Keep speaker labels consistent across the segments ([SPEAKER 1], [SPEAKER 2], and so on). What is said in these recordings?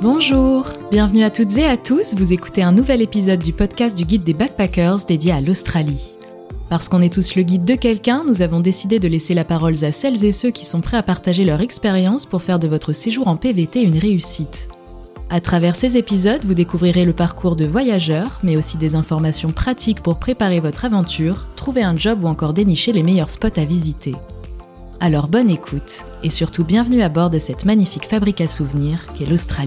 [SPEAKER 1] Bonjour, bienvenue à toutes et à tous, vous écoutez un nouvel épisode du podcast du Guide des Backpackers dédié à l'Australie. Parce qu'on est tous le guide de quelqu'un, nous avons décidé de laisser la parole à celles et ceux qui sont prêts à partager leur expérience pour faire de votre séjour en PVT une réussite. À travers ces épisodes, vous découvrirez le parcours de voyageurs, mais aussi des informations pratiques pour préparer votre aventure, trouver un job ou encore dénicher les meilleurs spots à visiter. Alors bonne écoute, et surtout bienvenue à bord de cette magnifique fabrique à souvenirs qu'est l'Australie.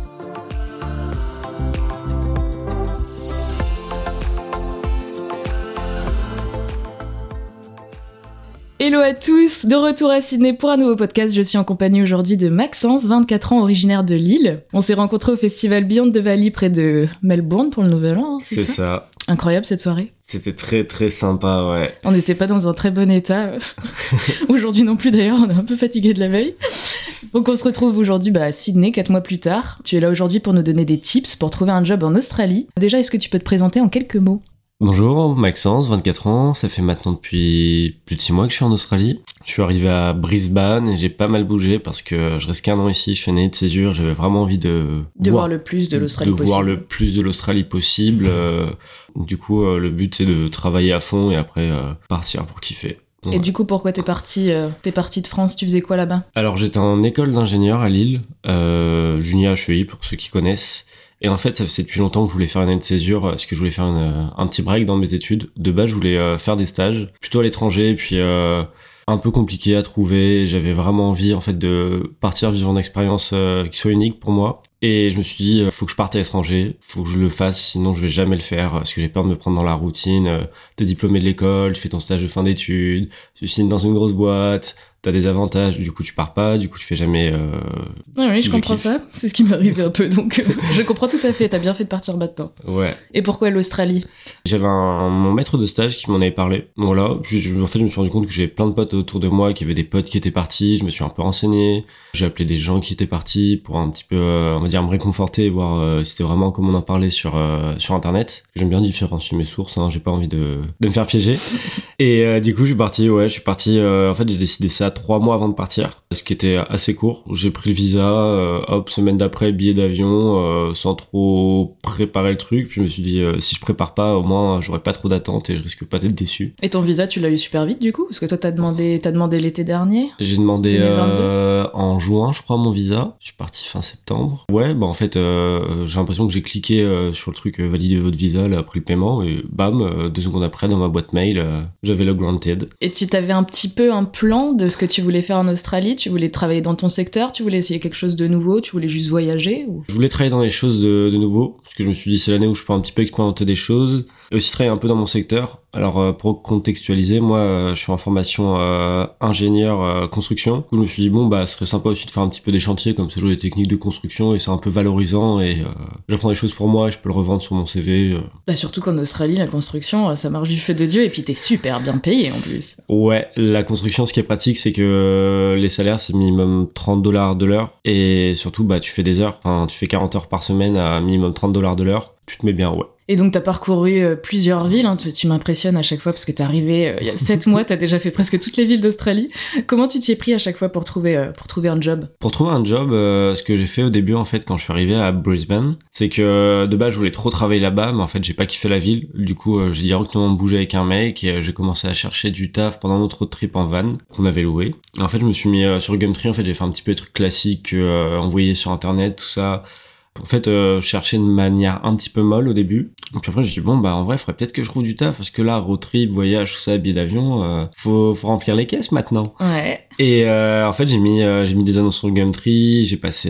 [SPEAKER 1] Hello à tous, de retour à Sydney pour un nouveau podcast. Je suis en compagnie aujourd'hui de Maxence, 24 ans, originaire de Lille. On s'est rencontrés au festival Beyond the Valley près de Melbourne pour le Nouvel An,
[SPEAKER 2] c'est ça.
[SPEAKER 1] Incroyable cette soirée.
[SPEAKER 2] C'était très très sympa, ouais.
[SPEAKER 1] On n'était pas dans un très bon état. Aujourd'hui non plus d'ailleurs, on est un peu fatigué de la veille. Donc on se retrouve aujourd'hui à Sydney, 4 mois plus tard. Tu es là aujourd'hui pour nous donner des tips pour trouver un job en Australie. Déjà, est-ce que tu peux te présenter en quelques mots ?
[SPEAKER 2] Bonjour, Maxence, 24 ans, ça fait maintenant depuis plus de 6 mois que je suis en Australie. Je suis arrivé à Brisbane et j'ai pas mal bougé parce que je reste qu'un an ici, je fais une année de césure, j'avais vraiment envie de
[SPEAKER 1] voir le plus de l'Australie possible.
[SPEAKER 2] De voir le plus de l'Australie possible. Du coup, le but c'est de travailler à fond et après partir pour kiffer.
[SPEAKER 1] Et du coup, pourquoi t'es parti de France ? Tu faisais quoi là-bas ?
[SPEAKER 2] Alors j'étais en école d'ingénieur à Lille, Junia HEI pour ceux qui connaissent. Et en fait, ça faisait depuis longtemps que je voulais faire une année de césure, parce que je voulais faire un petit break dans mes études. De base, je voulais faire des stages, plutôt à l'étranger, puis un peu compliqué à trouver. J'avais vraiment envie, en fait, de partir vivre une expérience qui soit unique pour moi. Et je me suis dit, faut que je parte à l'étranger, faut que je le fasse, sinon je vais jamais le faire, parce que j'ai peur de me prendre dans la routine. T'es diplômé de l'école, tu fais ton stage de fin d'études, tu signes dans une grosse boîte, t'as des avantages, du coup tu pars pas, du coup tu fais jamais...
[SPEAKER 1] Oui, je comprends ça, c'est ce qui m'est arrivé un peu, donc je comprends tout à fait, t'as bien fait de partir maintenant.
[SPEAKER 2] Ouais.
[SPEAKER 1] Et pourquoi l'Australie ?
[SPEAKER 2] J'avais mon maître de stage qui m'en avait parlé. Voilà, en fait je me suis rendu compte que j'avais plein de potes autour de moi, qu'il y avait des potes qui étaient partis, je me suis un peu renseigné, j'ai appelé des gens qui étaient partis pour un petit peu, on va dire, me réconforter, voir si c'était vraiment comme on en parlait sur internet. J'aime bien différencier mes sources, j'ai pas envie de me faire piéger. Et du coup je suis parti, en fait j'ai décidé ça 3 mois avant de partir, ce qui était assez court. J'ai pris le visa, semaine d'après, billet d'avion, sans trop préparer le truc. Puis je me suis dit, si je prépare pas, au moins j'aurai pas trop d'attente et je risque pas d'être déçu.
[SPEAKER 1] Et ton visa, tu l'as eu super vite du coup ? Parce que toi t'as demandé l'été dernier ?
[SPEAKER 2] J'ai demandé en juin, je crois, mon visa. Je suis parti fin septembre. Ouais, en fait, j'ai l'impression que j'ai cliqué sur le truc valider votre visa, là, après le paiement, et bam, 2 secondes après, dans ma boîte mail, j'avais le granted.
[SPEAKER 1] Et tu t'avais un petit peu un plan de ce que tu voulais faire en Australie ? Tu voulais travailler dans ton secteur ? Tu voulais essayer quelque chose de nouveau ? Tu voulais juste voyager ou...
[SPEAKER 2] Je voulais travailler dans des choses de nouveau, parce que je me suis dit c'est l'année où je peux un petit peu expérimenter des choses, et aussi travailler un peu dans mon secteur. Alors pour contextualiser, moi je suis en formation ingénieur construction. Du coup, je me suis dit ce serait sympa aussi de faire un petit peu des chantiers, comme ça je joue des techniques de construction et c'est un peu valorisant et j'apprends des choses pour moi et je peux le revendre sur mon CV.
[SPEAKER 1] Surtout qu'en Australie la construction ça marche du feu de Dieu et puis t'es super bien payé en plus.
[SPEAKER 2] Ouais, la construction ce qui est pratique c'est que les salaires c'est minimum $30 de l'heure et surtout tu fais des heures, tu fais 40 heures par semaine à minimum $30 de l'heure, tu te mets bien, ouais.
[SPEAKER 1] Et donc t'as parcouru plusieurs villes, tu m'impressionnes à chaque fois parce que t'es arrivé il y a 7 mois, t'as déjà fait presque toutes les villes d'Australie. Comment tu t'y es pris à chaque fois pour trouver un job ?
[SPEAKER 2] Pour trouver un job, ce que j'ai fait au début en fait quand je suis arrivé à Brisbane, c'est que de base je voulais trop travailler là-bas, mais en fait j'ai pas kiffé la ville. Du coup j'ai directement bougé avec un mec et j'ai commencé à chercher du taf pendant notre road trip en van qu'on avait loué. Et en fait je me suis mis sur Gumtree, en fait j'ai fait un petit peu des trucs classiques envoyés sur internet, tout ça. En fait, je cherchais de manière un petit peu molle au début. Et puis après, je me suis dit, en vrai, faudrait peut-être que je trouve du taf, parce que là, road trip, voyage, tout ça, billet d'avion, faut remplir les caisses maintenant.
[SPEAKER 1] Ouais.
[SPEAKER 2] Et en fait, j'ai mis des annonces sur Gumtree,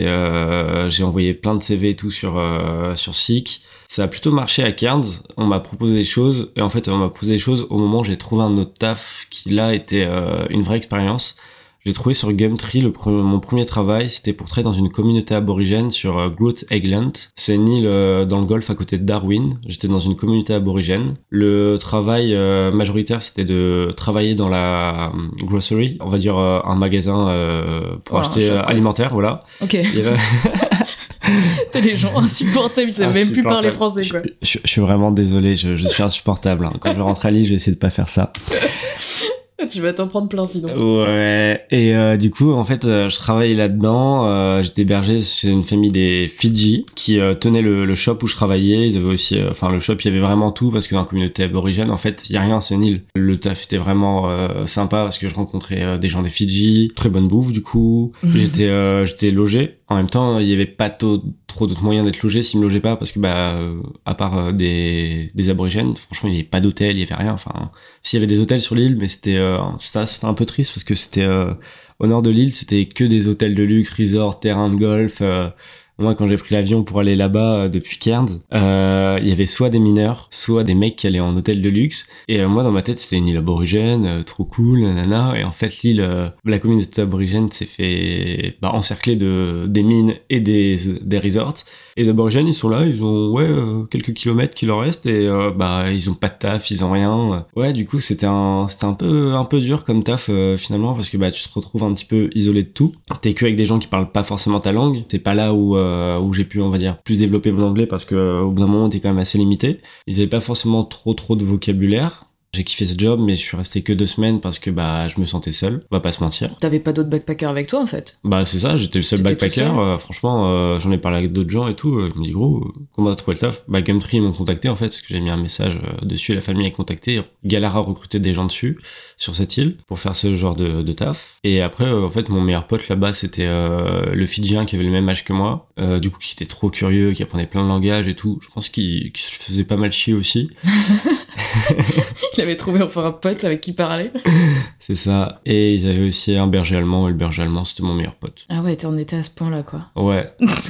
[SPEAKER 2] j'ai envoyé plein de CV et tout sur Seek. Ça a plutôt marché à Cairns. On m'a proposé des choses, et en fait, on m'a proposé des choses au moment où j'ai trouvé un autre taf qui, là, était une vraie expérience. J'ai trouvé sur Gumtree mon premier travail, c'était pour travailler dans une communauté aborigène sur Groote Eylandt. C'est une île dans le golfe à côté de Darwin. J'étais dans une communauté aborigène. Le travail majoritaire, c'était de travailler dans la grocery, on va dire un magasin pour acheter alimentaire, voilà.
[SPEAKER 1] Ok. T'as des gens insupportables, ils savent même plus parler français, quoi.
[SPEAKER 2] Je suis vraiment désolé, je suis insupportable. Quand je rentre à Lille, je vais essayer de pas faire ça.
[SPEAKER 1] Tu vas t'en prendre plein sinon.
[SPEAKER 2] Ouais, et du coup, en fait, je travaillais là-dedans. J'étais hébergé chez une famille des Fidji qui tenait le shop où je travaillais. Ils avaient aussi, le shop, il y avait vraiment tout parce que dans la communauté aborigène, en fait, il y a rien, c'est une île. Le taf était vraiment sympa parce que je rencontrais des gens des Fidji, très bonne bouffe du coup. J'étais logé. En même temps, il y avait pas trop d'autres moyens d'être logé s'ils me logeaient pas parce que à part des aborigènes, franchement, il y avait pas d'hôtel, il y avait rien. Enfin, s'il y avait des hôtels sur l'île, mais c'était un peu triste parce que c'était au nord de l'île, c'était que des hôtels de luxe, resorts, terrains de golf. Moi, quand j'ai pris l'avion pour aller là-bas depuis Cairns, il y avait soit des mineurs, soit des mecs qui allaient en hôtel de luxe. Et moi, dans ma tête, c'était une île aborigène, trop cool, nanana. Et en fait, l'île, la communauté aborigène s'est fait encercler des mines et des resorts. Et les aborigènes, ils sont là, ils ont quelques kilomètres qui leur restent et ils ont pas de taf, ils ont rien. Ouais, du coup, c'était un peu dur comme taf finalement parce que tu te retrouves un petit peu isolé de tout. T'es que avec des gens qui parlent pas forcément ta langue. C'est pas là où j'ai pu, on va dire, plus développer mon anglais parce que au bout d'un moment, t'es quand même assez limité. Ils avaient pas forcément trop de vocabulaire. J'ai kiffé ce job, mais je suis resté que 2 semaines parce que je me sentais seul. On va pas se mentir.
[SPEAKER 1] T'avais pas d'autres backpackers avec toi en fait?
[SPEAKER 2] C'est ça, j'étais le seul backpacker. Franchement, j'en ai parlé avec d'autres gens et tout. Ils me disent gros, comment t'as trouvé le taf? Gumtree ils m'ont contacté en fait parce que j'ai mis un message dessus. La famille a contacté. Galère à recruter des gens dessus sur cette île pour faire ce genre de taf. Et après, en fait, mon meilleur pote là-bas, c'était le Fidjien qui avait le même âge que moi. Du coup, qui était trop curieux, qui apprenait plein de langages et tout. Je pense qu'il se faisait pas mal chier aussi.
[SPEAKER 1] Il avait trouvé enfin un pote avec qui parler.
[SPEAKER 2] C'est ça. Et ils avaient aussi un berger allemand, et le berger allemand, c'était mon meilleur pote.
[SPEAKER 1] Ah ouais, t'en étais à ce point-là, quoi.
[SPEAKER 2] Ouais.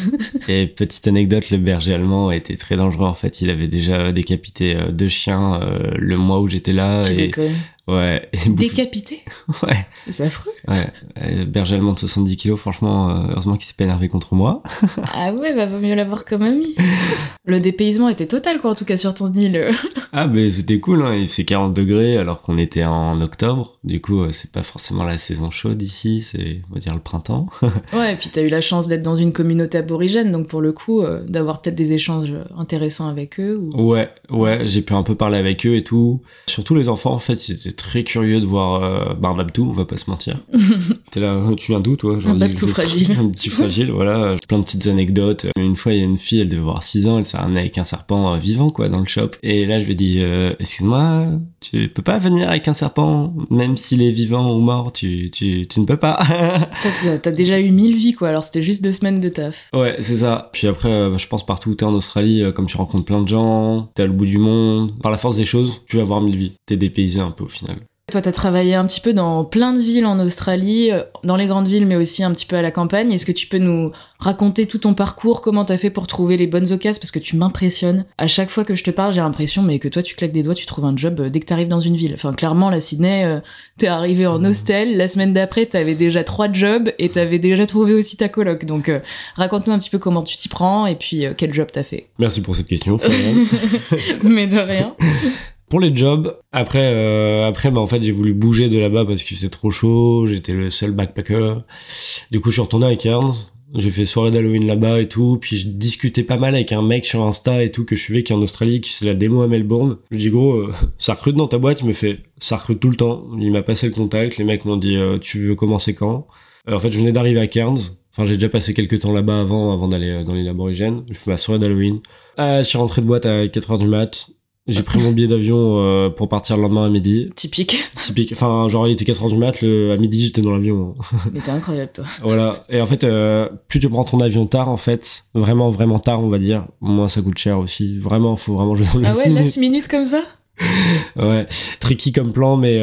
[SPEAKER 2] Et petite anecdote, le berger allemand était très dangereux, en fait. Il avait déjà décapité 2 chiens le mois où j'étais là.
[SPEAKER 1] Tu déconnes.
[SPEAKER 2] Ouais.
[SPEAKER 1] Décapité?
[SPEAKER 2] Ouais.
[SPEAKER 1] C'est affreux.
[SPEAKER 2] Ouais. Berger allemand de 70 kilos, franchement, heureusement qu'il s'est pas énervé contre moi.
[SPEAKER 1] Ah ouais, vaut mieux l'avoir comme ami. Le dépaysement était total, quoi, en tout cas, sur ton île.
[SPEAKER 2] Ah, c'était cool, hein. Il faisait 40 degrés alors qu'on était en octobre. Du coup, c'est pas forcément la saison chaude ici, c'est, on va dire, le printemps.
[SPEAKER 1] Ouais, et puis t'as eu la chance d'être dans une communauté aborigène, donc pour le coup, d'avoir peut-être des échanges intéressants avec eux.
[SPEAKER 2] Ouais, j'ai pu un peu parler avec eux et tout. Surtout les enfants, en fait, ils étaient très curieux de voir un Babtou, on va pas se mentir. T'es là, tu viens d'où, toi?
[SPEAKER 1] Un Babtou fragile.
[SPEAKER 2] Un petit fragile, voilà. Plein de petites anecdotes. Une fois, il y a une fille, elle devait avoir 6 ans, elle s'est ramenée avec un serpent vivant, quoi, dans le shop. Et là, je lui ai dit, excuse-moi, tu peux pas venir avec un serpent, même s'il est vivant ou mort, tu ne peux pas.
[SPEAKER 1] T'as déjà eu 1000 vies, quoi, alors c'était juste 2 semaines de taf.
[SPEAKER 2] Ouais, c'est ça. Puis après, je pense partout où t'es en Australie, comme tu rencontres plein de gens, t'es à le bout du monde, par la force des choses, tu vas avoir 1000 vies. T'es dépaysé un peu au final.
[SPEAKER 1] Toi, t'as travaillé un petit peu dans plein de villes en Australie, dans les grandes villes, mais aussi un petit peu à la campagne. Est-ce que tu peux nous raconter tout ton parcours, comment t'as fait pour trouver les bonnes occasions? Parce que tu m'impressionnes. À chaque fois que je te parle, j'ai l'impression que toi, tu claques des doigts, tu trouves un job dès que t'arrives dans une ville. Enfin, clairement, là, Sydney, t'es arrivé en hostel. La semaine d'après, t'avais déjà 3 jobs et t'avais déjà trouvé aussi ta coloc. Donc, raconte-nous un petit peu comment tu t'y prends et puis quel job t'as fait.
[SPEAKER 2] Merci pour cette question, Florian.
[SPEAKER 1] Mais de rien.
[SPEAKER 2] Pour les jobs, après en fait, j'ai voulu bouger de là-bas parce que c'est trop chaud, j'étais le seul backpacker. Du coup, je suis retourné à Cairns, j'ai fait soirée d'Halloween là-bas et tout, puis je discutais pas mal avec un mec sur Insta et tout que je suivais qui est en Australie, qui fait la démo à Melbourne. Je lui dis gros, ça recrute dans ta boîte? Il me fait, ça recrute tout le temps. Il m'a passé le contact, les mecs m'ont dit, tu veux commencer quand? En fait, je venais d'arriver à Cairns. Enfin, j'ai déjà passé quelques temps là-bas avant d'aller dans l'île aborigène. Je fais ma soirée d'Halloween. Je suis rentré de boîte à 4h du mat'. J'ai pris mon billet d'avion pour partir le lendemain à midi.
[SPEAKER 1] Typique.
[SPEAKER 2] Enfin, genre, il était 4h du mat', à midi, j'étais dans l'avion.
[SPEAKER 1] Mais t'es incroyable, toi.
[SPEAKER 2] Voilà. Et en fait, plus tu prends ton avion tard, en fait, vraiment tard, on va dire, moins ça coûte cher aussi. Vraiment, faut vraiment jouer dans le
[SPEAKER 1] Ah ouais, last minute comme ça?
[SPEAKER 2] Ouais, tricky comme plan, mais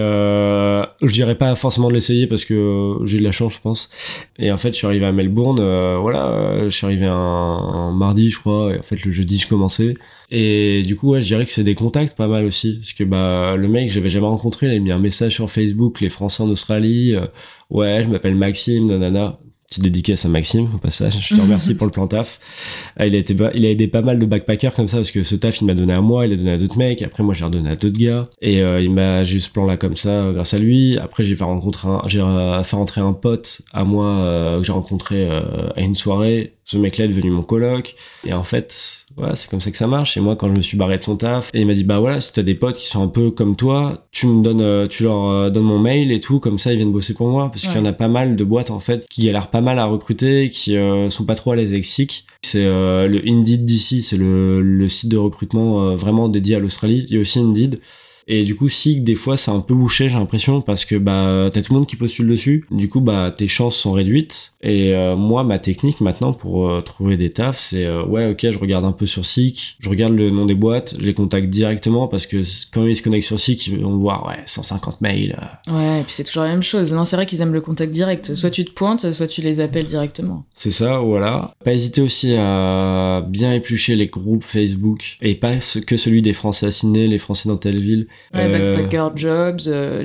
[SPEAKER 2] je dirais pas forcément de l'essayer parce que j'ai eu de la chance, je pense. Et en fait, je suis arrivé à Melbourne, je suis arrivé un mardi, je crois, et en fait, le jeudi, je commençais. Et du coup, ouais, je dirais que c'est des contacts pas mal aussi, parce que le mec, j'avais jamais rencontré, il a mis un message sur Facebook, les Français en Australie, ouais, je m'appelle Maxime, nanana. Petite dédicace à Maxime au passage, je te remercie pour le plan taf. Il a aidé pas mal de backpackers comme ça parce que ce taf il m'a donné à moi, il a donné à d'autres mecs, après moi j'ai redonné à d'autres gars et il m'a j'ai eu ce plan là comme ça grâce à lui. Après j'ai fait rentrer un pote à moi que j'ai rencontré à une soirée. Ce mec-là est devenu mon coloc. Et en fait, voilà, c'est comme ça que ça marche. Et moi, quand je me suis barré de son taf, et il m'a dit, bah voilà, si t'as des potes qui sont un peu comme toi, tu leur donnes mon mail et tout, comme ça, ils viennent bosser pour moi. Parce qu'il y en a pas mal de boîtes, en fait, qui galèrent pas mal à recruter, qui sont pas trop à l'aise avec Seek. C'est le Indeed d'ici, c'est le site de recrutement vraiment dédié à l'Australie. Il y a aussi Indeed. Et du coup, Seek, des fois, c'est un peu bouché, j'ai l'impression, parce que bah t'as tout le monde qui postule dessus. Du coup, bah tes chances sont réduites. Et moi, ma technique maintenant pour trouver des tafs, c'est ouais, ok, je regarde un peu sur Seek, je regarde le nom des boîtes, je les contacte directement parce que quand ils se connectent sur Seek, ils vont voir ouais 150 mails.
[SPEAKER 1] Ouais, et puis c'est toujours la même chose. Non, c'est vrai qu'ils aiment le contact direct. Soit tu te pointes, soit tu les appelles directement. C'est
[SPEAKER 2] ça, voilà. Pas hésiter aussi à bien éplucher les groupes Facebook et pas que celui des Français à Sydney, les Français dans telle ville.
[SPEAKER 1] Ouais, Backpacker Jobs,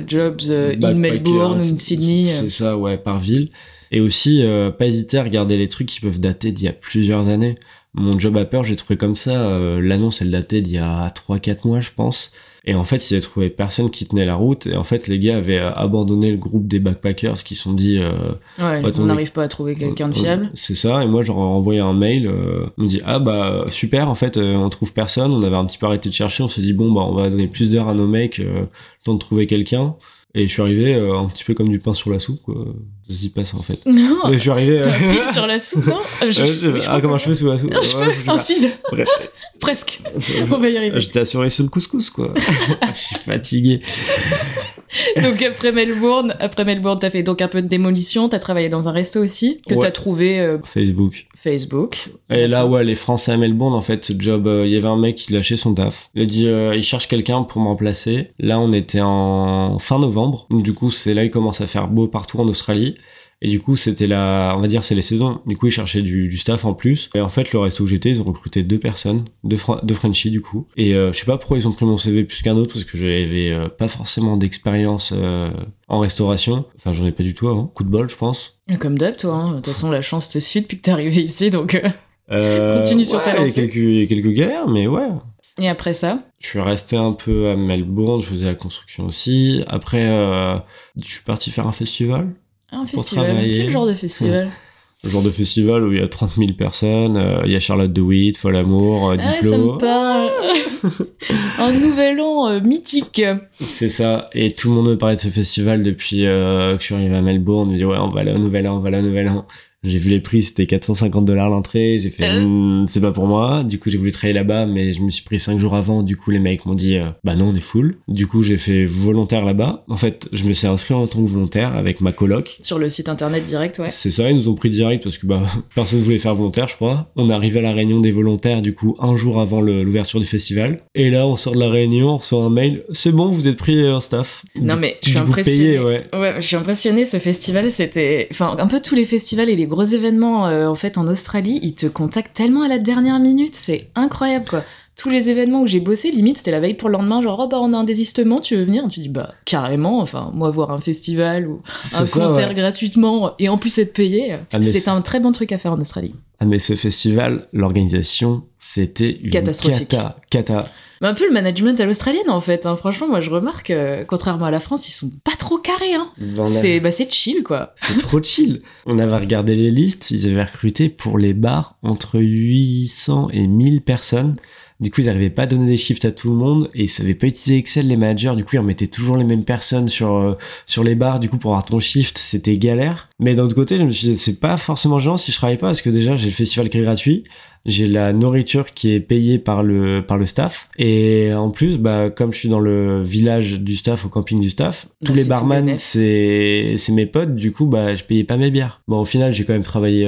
[SPEAKER 1] in Melbourne ou in Sydney.
[SPEAKER 2] C'est ça, ouais, par ville. Et aussi, pas hésiter à regarder les trucs qui peuvent dater d'il y a plusieurs années. Mon job à peur, j'ai trouvé comme ça. L'annonce, elle datait d'il y a 3-4 mois, je pense. Et en fait, ils avaient trouvé personne qui tenait la route. Et en fait, les gars avaient abandonné le groupe des backpackers qui se sont dit...
[SPEAKER 1] ouais, on n'arrive pas à trouver quelqu'un de fiable.
[SPEAKER 2] C'est ça. Et moi, j'aurais envoyé un mail. On me dit, ah bah super, en fait, on trouve personne. On avait un petit peu arrêté de chercher. On s'est dit, bon, bah on va donner plus d'heures à nos mecs, le temps de trouver quelqu'un. Et je suis arrivé un petit peu comme du pain sur la soupe, quoi. Ça s'y passe, en fait.
[SPEAKER 1] Non,
[SPEAKER 2] je suis arrivé,
[SPEAKER 1] c'est un fil sur la soupe, non
[SPEAKER 2] comment je fais sous la soupe
[SPEAKER 1] un fil. Bref. Presque. On va y arriver.
[SPEAKER 2] J'étais assuré sur le couscous, quoi. Je suis fatigué.
[SPEAKER 1] Donc après Melbourne, t'as fait donc un peu de démolition, t'as travaillé dans un resto aussi, que t'as trouvé...
[SPEAKER 2] Facebook. Et là, ouais, les Français à Melbourne, en fait, ce job, il y avait un mec qui lâchait son taf. Il a dit, il cherche quelqu'un pour me remplacer. Là, on était en fin novembre. Donc, du coup, c'est là, il commence à faire beau partout en Australie. Et du coup, c'était on va dire, c'est les saisons. Du coup, ils cherchaient du staff en plus. Et en fait, le resto où j'étais, ils ont recruté 2 personnes, deux Frenchies, du coup. Et je sais pas pourquoi ils ont pris mon CV plus qu'un autre, parce que j'avais pas forcément d'expérience en restauration. Enfin, j'en ai pas du tout avant. Coup de bol, je pense.
[SPEAKER 1] Comme d'hab, toi. Hein. De toute façon, la chance te suit depuis que t'es arrivé ici, donc continue sur ta lancée.
[SPEAKER 2] Il y a quelques galères, mais ouais.
[SPEAKER 1] Et après ça?
[SPEAKER 2] Je suis resté un peu à Melbourne, je faisais la construction aussi. Après, je suis parti faire un festival.
[SPEAKER 1] Un festival. Quel genre de festival?
[SPEAKER 2] Le genre de festival où il y a 30 000 personnes, il y a Charlotte de Witt, Folamour, Diplo.
[SPEAKER 1] Ouais, ça me parle. Un nouvel an mythique.
[SPEAKER 2] C'est ça, et tout le monde me parlait de ce festival depuis que je suis arrivé à Melbourne. Il me dit ouais, on va aller au nouvel an. J'ai vu les prix, c'était $450 l'entrée. J'ai fait, c'est pas pour moi. Du coup, j'ai voulu travailler là-bas, mais je me suis pris 5 jours avant. Du coup, les mecs m'ont dit, bah non, on est full. Du coup, j'ai fait volontaire là-bas. En fait, je me suis inscrit en tant que volontaire avec ma coloc.
[SPEAKER 1] Sur le site internet direct, ouais.
[SPEAKER 2] C'est ça, ils nous ont pris direct parce que, personne voulait faire volontaire, je crois. On est arrivé à la réunion des volontaires, du coup, un jour avant l'ouverture du festival. Et là, on sort de la réunion, on reçoit un mail. C'est bon, vous êtes pris en staff.
[SPEAKER 1] Non, mais je suis impressionnée.
[SPEAKER 2] Payé, ouais.
[SPEAKER 1] Ouais, je suis impressionnée. Ce festival, c'était, enfin, un peu tous les festivals et les gros événements en fait en Australie, ils te contactent tellement à la dernière minute, c'est incroyable quoi. Tous les événements où j'ai bossé, limite c'était la veille pour le lendemain, genre on a un désistement, tu veux venir? Tu dis carrément, enfin moi voir un festival ou un concert gratuitement et en plus être payé, c'est un très bon truc à faire en Australie.
[SPEAKER 2] Ah mais ce festival, l'organisation, c'était une cata.
[SPEAKER 1] Mais un peu le management à l'australienne en fait, hein. Franchement moi je remarque, contrairement à la France, ils sont pas trop carrés, hein. C'est chill quoi.
[SPEAKER 2] C'est trop chill. On avait regardé les listes, ils avaient recruté pour les bars entre 800 et 1000 personnes. Du coup, ils n'arrivaient pas à donner des shifts à tout le monde et ils savaient pas utiliser Excel, les managers. Du coup, ils remettaient toujours les mêmes personnes sur les bars. Du coup, pour avoir ton shift, c'était galère. Mais d'un autre côté, je me suis dit, c'est pas forcément gênant si je travaille pas parce que déjà, j'ai le festival qui est gratuit. J'ai la nourriture qui est payée par le staff. Et en plus, comme je suis dans le village du staff, au camping du staff, tous les barman, c'est mes potes. Du coup, je payais pas mes bières. Bon, au final, j'ai quand même travaillé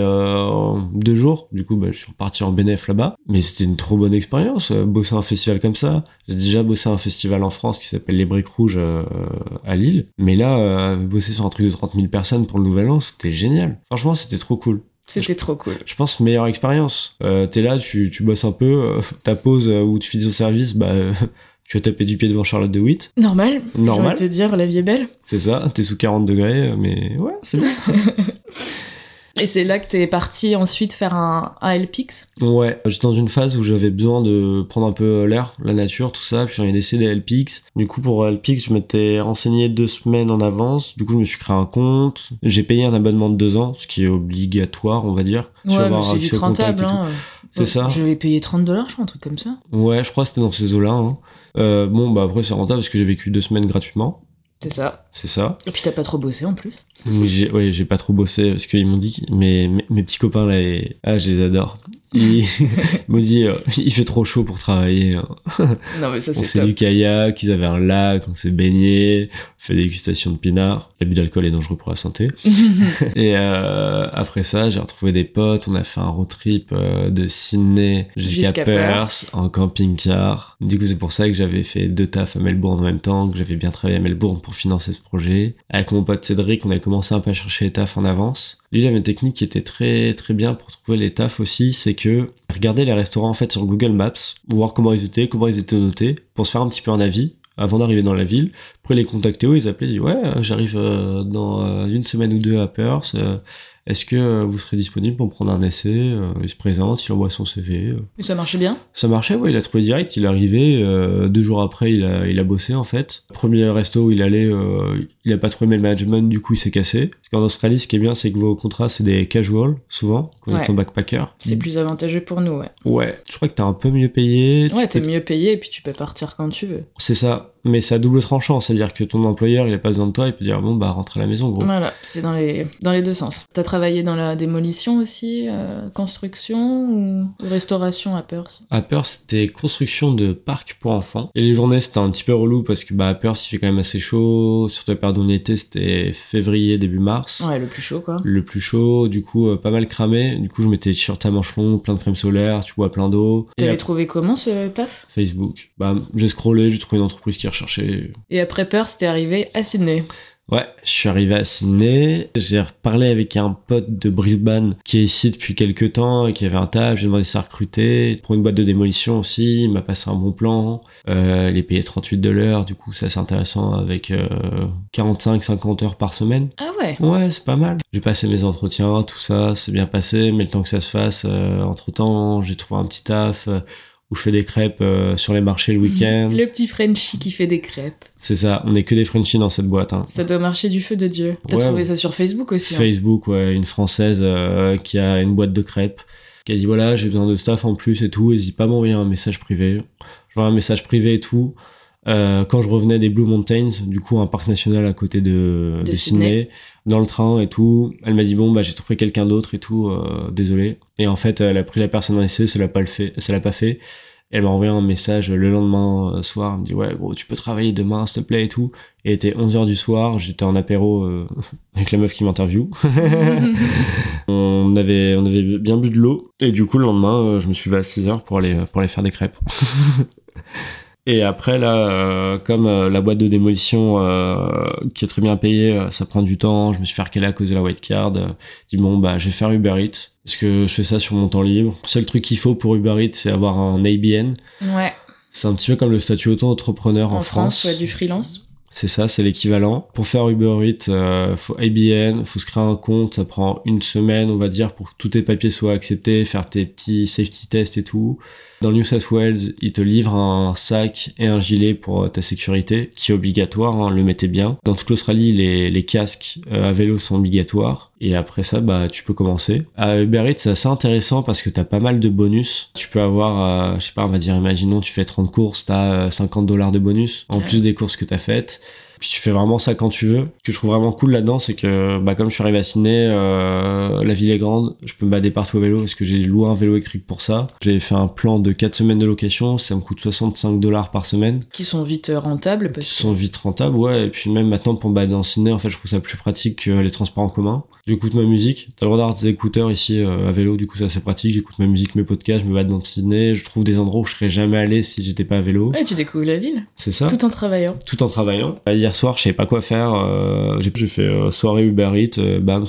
[SPEAKER 2] 2 jours. Du coup, je suis reparti en bénéf là-bas. Mais c'était une trop bonne expérience, bosser un festival comme ça. J'ai déjà bossé un festival en France qui s'appelle les Briques Rouges à Lille. Mais là, bosser sur un truc de 30 000 personnes pour le Nouvel An, c'était génial. Franchement, c'était trop cool.
[SPEAKER 1] C'était trop cool.
[SPEAKER 2] Je pense meilleure expérience. T'es là, tu bosses un peu, ta pause où tu fais ton service, tu vas taper du pied devant Charlotte de Witt.
[SPEAKER 1] Normal. Je vais te dire, la vie est belle.
[SPEAKER 2] C'est ça, t'es sous 40 degrés, mais ouais, c'est bien.
[SPEAKER 1] Et c'est là que t'es parti ensuite faire un LPX?
[SPEAKER 2] Ouais, j'étais dans une phase où j'avais besoin de prendre un peu l'air, la nature, tout ça, puis j'en ai laissé des LPX. Du coup, pour LPX, je m'étais renseigné 2 semaines en avance. Du coup, je me suis créé un compte. J'ai payé un abonnement de 2 ans, ce qui est obligatoire, on va dire.
[SPEAKER 1] Ouais, mais c'est vite rentable, hein.
[SPEAKER 2] C'est ça.
[SPEAKER 1] Je vais payer $30, je crois, un truc comme ça.
[SPEAKER 2] Ouais, je crois que c'était dans ces eaux-là. Hein. Bon, bah après, c'est rentable parce que j'ai vécu 2 semaines gratuitement.
[SPEAKER 1] C'est ça.
[SPEAKER 2] C'est ça.
[SPEAKER 1] Et puis t'as pas trop bossé en plus.
[SPEAKER 2] J'ai pas trop bossé parce qu'ils m'ont dit, mes petits copains là, je les adore. Ils m'ont dit, il fait trop chaud pour travailler. Hein.
[SPEAKER 1] Non mais ça c'est
[SPEAKER 2] On fait du kayak, ils avaient un lac, on s'est baigné, on fait des dégustations de pinard. L'abus d'alcool est dangereux pour la santé. Et après ça, j'ai retrouvé des potes, on a fait un road trip de Sydney jusqu'à Perth en camping-car. Du coup, c'est pour ça que j'avais fait 2 tafs à Melbourne en même temps, que j'avais bien travaillé à Melbourne pour financer ce projet. Avec mon pote Cédric, on a commencé un peu à chercher les tafs en avance. Lui, il avait une technique qui était très très bien pour trouver les tafs aussi, c'est que regarder les restaurants en fait sur Google Maps, voir comment ils étaient notés, pour se faire un petit peu un avis avant d'arriver dans la ville. Après les contacter, ils appelaient, ils disaient ouais, j'arrive dans 1 semaine ou 2 à Perth. Est-ce que vous serez disponible pour prendre un essai? Il se présente, il envoie son CV.
[SPEAKER 1] Et ça marchait bien? Ça
[SPEAKER 2] marchait, ouais, il a trouvé direct, il est arrivé, 2 jours après, il a bossé en fait. Premier resto où il allait, il a pas trouvé le management, du coup il s'est cassé. Parce qu'en Australie, ce qui est bien, c'est que vos contrats, c'est des casual, souvent, quand on est en backpacker.
[SPEAKER 1] C'est plus avantageux pour nous, ouais.
[SPEAKER 2] Ouais, je crois que t'es un peu mieux payé.
[SPEAKER 1] Ouais, t'es mieux payé et puis tu peux partir quand tu veux.
[SPEAKER 2] C'est ça. Mais c'est à double tranchant, c'est-à-dire que ton employeur, il a pas besoin de toi, il peut dire bon bah rentre à la maison, gros.
[SPEAKER 1] Voilà, c'est dans les 2 sens. T'as travaillé dans la démolition aussi, construction ou restauration à Perth?
[SPEAKER 2] À Perth, c'était construction de parcs pour enfants. Et les journées, c'était un petit peu relou parce que à Perth, il fait quand même assez chaud. Surtout la période où on était, c'était février, début mars.
[SPEAKER 1] Ouais, le plus chaud quoi.
[SPEAKER 2] Le plus chaud, du coup, pas mal cramé. Du coup, je mettais t-shirt à manches longues, plein de crème solaire, tu bois plein d'eau.
[SPEAKER 1] T'avais trouvé comment ce taf?
[SPEAKER 2] Facebook. J'ai scrollé, j'ai trouvé une entreprise qui recherchait.
[SPEAKER 1] Et après Perth, t'es arrivé à Sydney.
[SPEAKER 2] Ouais, je suis arrivé à Sydney, j'ai reparlé avec un pote de Brisbane qui est ici depuis quelques temps et qui avait un taf, j'ai demandé si ça recrutait pour une boîte de démolition aussi, il m'a passé un bon plan, il est payé 38 de l'heure, du coup ça c'est intéressant avec 45-50 heures par semaine.
[SPEAKER 1] Ah ouais?
[SPEAKER 2] Ouais, c'est pas mal. J'ai passé mes entretiens, tout ça, c'est bien passé, mais le temps que ça se fasse, entre-temps, j'ai trouvé un petit taf où je fais des crêpes sur les marchés le week-end.
[SPEAKER 1] Le petit Frenchie qui fait des crêpes.
[SPEAKER 2] C'est ça, on est que des Frenchies dans cette boîte. Hein.
[SPEAKER 1] Ça doit marcher du feu de Dieu. T'as trouvé ça sur Facebook aussi?
[SPEAKER 2] Facebook, ouais, une Française qui a une boîte de crêpes, qui a dit voilà, j'ai besoin de staff en plus et tout, n'hésite pas à m'envoyer un message privé. J'envoie un message privé et tout. Quand je revenais des Blue Mountains, du coup un parc national à côté de Sydney, dans le train et tout, elle m'a dit bon j'ai trouvé quelqu'un d'autre et tout, désolé. Et en fait elle a pris la personne en essai, ça l'a pas fait. Elle m'a envoyé un message le lendemain soir, elle me dit ouais gros tu peux travailler demain s'il te plaît et tout. Et il était 11h du soir, j'étais en apéro avec la meuf qui m'interviewe. on avait bien bu de l'eau et du coup le lendemain je me suis levé à 6h pour aller faire des crêpes. Et après, là, comme la boîte de démolition qui est très bien payée, ça prend du temps, je me suis fait recaler à cause de la white card. Je dis bon, je vais faire Uber Eats, parce que je fais ça sur mon temps libre. Le seul truc qu'il faut pour Uber Eats, c'est avoir un ABN.
[SPEAKER 1] Ouais.
[SPEAKER 2] C'est un petit peu comme le statut auto-entrepreneur en France.
[SPEAKER 1] Ouais, du freelance.
[SPEAKER 2] C'est ça, c'est l'équivalent. Pour faire Uber Eats, faut ABN, faut se créer un compte, ça prend 1 semaine, on va dire, pour que tous tes papiers soient acceptés, faire tes petits safety tests et tout. Dans New South Wales, ils te livrent un sac et un gilet pour ta sécurité, qui est obligatoire, hein, le mettez bien. Dans toute l'Australie, les casques à vélo sont obligatoires. Et après ça, tu peux commencer. À Uber Eats, c'est assez intéressant parce que t'as pas mal de bonus. Tu peux avoir, je sais pas, on va dire, imaginons, tu fais 30 courses, t'as $50 de bonus, en plus des courses que t'as faites. Puis tu fais vraiment ça quand tu veux. Ce que je trouve vraiment cool là-dedans, c'est que comme je suis arrivé à Sydney, la ville est grande, je peux me balader partout à vélo parce que j'ai loué un vélo électrique pour ça. J'ai fait un plan de 4 semaines de location, ça me coûte $65 par semaine. Qui sont vite
[SPEAKER 1] rentables.
[SPEAKER 2] Ouais. Et puis même maintenant, pour me balader dans Sydney, en fait, je trouve ça plus pratique que les transports en commun. J'écoute ma musique. T'as le droit d'avoir des écouteurs ici à vélo, du coup ça c'est pratique. J'écoute ma musique, mes podcasts, je me balade dans Sydney. Je trouve des endroits où je serais jamais allé si j'étais pas à vélo.
[SPEAKER 1] Ouais, tu découvres la ville.
[SPEAKER 2] C'est ça.
[SPEAKER 1] Tout en travaillant.
[SPEAKER 2] Il y hier soir, je savais pas quoi faire. J'ai fait soirée Uber Eats, bam,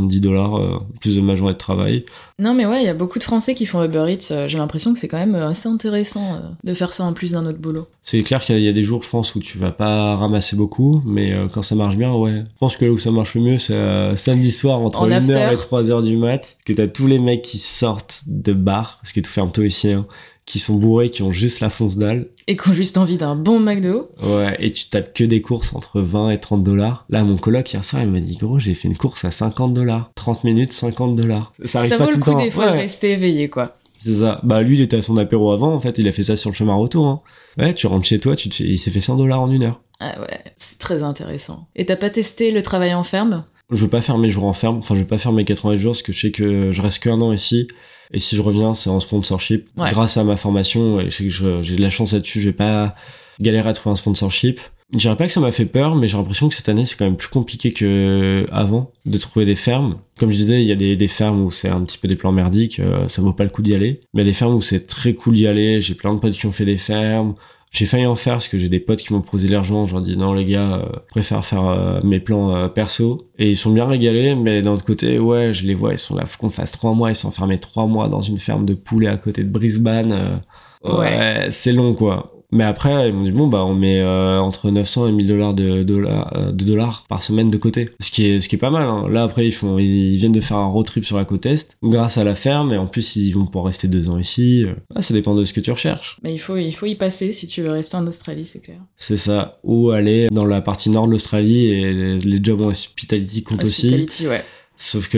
[SPEAKER 2] $170, plus de ma journée de travail.
[SPEAKER 1] Non mais ouais, il y a beaucoup de Français qui font Uber Eats. J'ai l'impression que c'est quand même assez intéressant de faire ça en plus d'un autre boulot.
[SPEAKER 2] C'est clair qu'il y a des jours, je pense, où tu vas pas ramasser beaucoup, mais quand ça marche bien, ouais. Je pense que là où ça marche le mieux, c'est samedi soir entre 1h et 3h du mat, que t'as tous les mecs qui sortent de bar, parce que tout ferme tôt ici, hein, qui sont bourrés, qui ont juste la fonce dalle.
[SPEAKER 1] Et qui ont juste envie d'un bon McDo.
[SPEAKER 2] Ouais, et tu tapes que des courses entre 20 et $30. Là, mon coloc, hier soir, il m'a dit, gros, j'ai fait une course à $50. 30 minutes, $50. Ça arrive pas tout le temps.
[SPEAKER 1] Ça vaut le coup des fois de rester éveillé, quoi.
[SPEAKER 2] C'est ça. Bah, lui, il était à son apéro avant, en fait, il a fait ça sur le chemin retour, hein. Ouais, tu rentres chez toi, il s'est fait $100 en 1 heure.
[SPEAKER 1] Ah ouais, c'est très intéressant. Et t'as pas testé le travail en ferme?
[SPEAKER 2] Je veux pas faire mes jours en ferme, enfin, je veux pas faire mes 88 jours, parce que je sais que je reste qu'un an ici. Et si je reviens, c'est en sponsorship. Ouais. Grâce à ma formation, et je sais que j'ai de la chance là-dessus, je vais pas galérer à trouver un sponsorship. Je dirais pas que ça m'a fait peur, mais j'ai l'impression que cette année, c'est quand même plus compliqué que avant de trouver des fermes. Comme je disais, il y a des fermes où c'est un petit peu des plans merdiques, ça vaut pas le coup d'y aller. Mais il y a des fermes où c'est très cool d'y aller. J'ai plein de potes qui ont fait des fermes. J'ai failli en faire parce que j'ai des potes qui m'ont proposé l'argent. Je leur dis non les gars, je préfère faire mes plans perso. Et ils sont bien régalés, mais d'un autre côté, ouais, je les vois, ils sont là, faut qu'on fasse 3 mois, ils sont enfermés 3 mois dans une ferme de poulets à côté de Brisbane. Ouais, c'est long quoi. Mais après, ils m'ont dit bon bah on met entre 900 et $1000 de dollars par semaine de côté, ce qui est pas mal, hein. Là après ils viennent de faire un road trip sur la côte est grâce à la ferme, et en plus ils vont pouvoir rester 2 ans ici. Ça dépend de ce que tu recherches.
[SPEAKER 1] Mais il faut y passer si tu veux rester en Australie, c'est clair.
[SPEAKER 2] C'est ça, ou aller dans la partie nord de l'Australie, et les jobs en hospitality comptent aussi.
[SPEAKER 1] Ouais.
[SPEAKER 2] Sauf que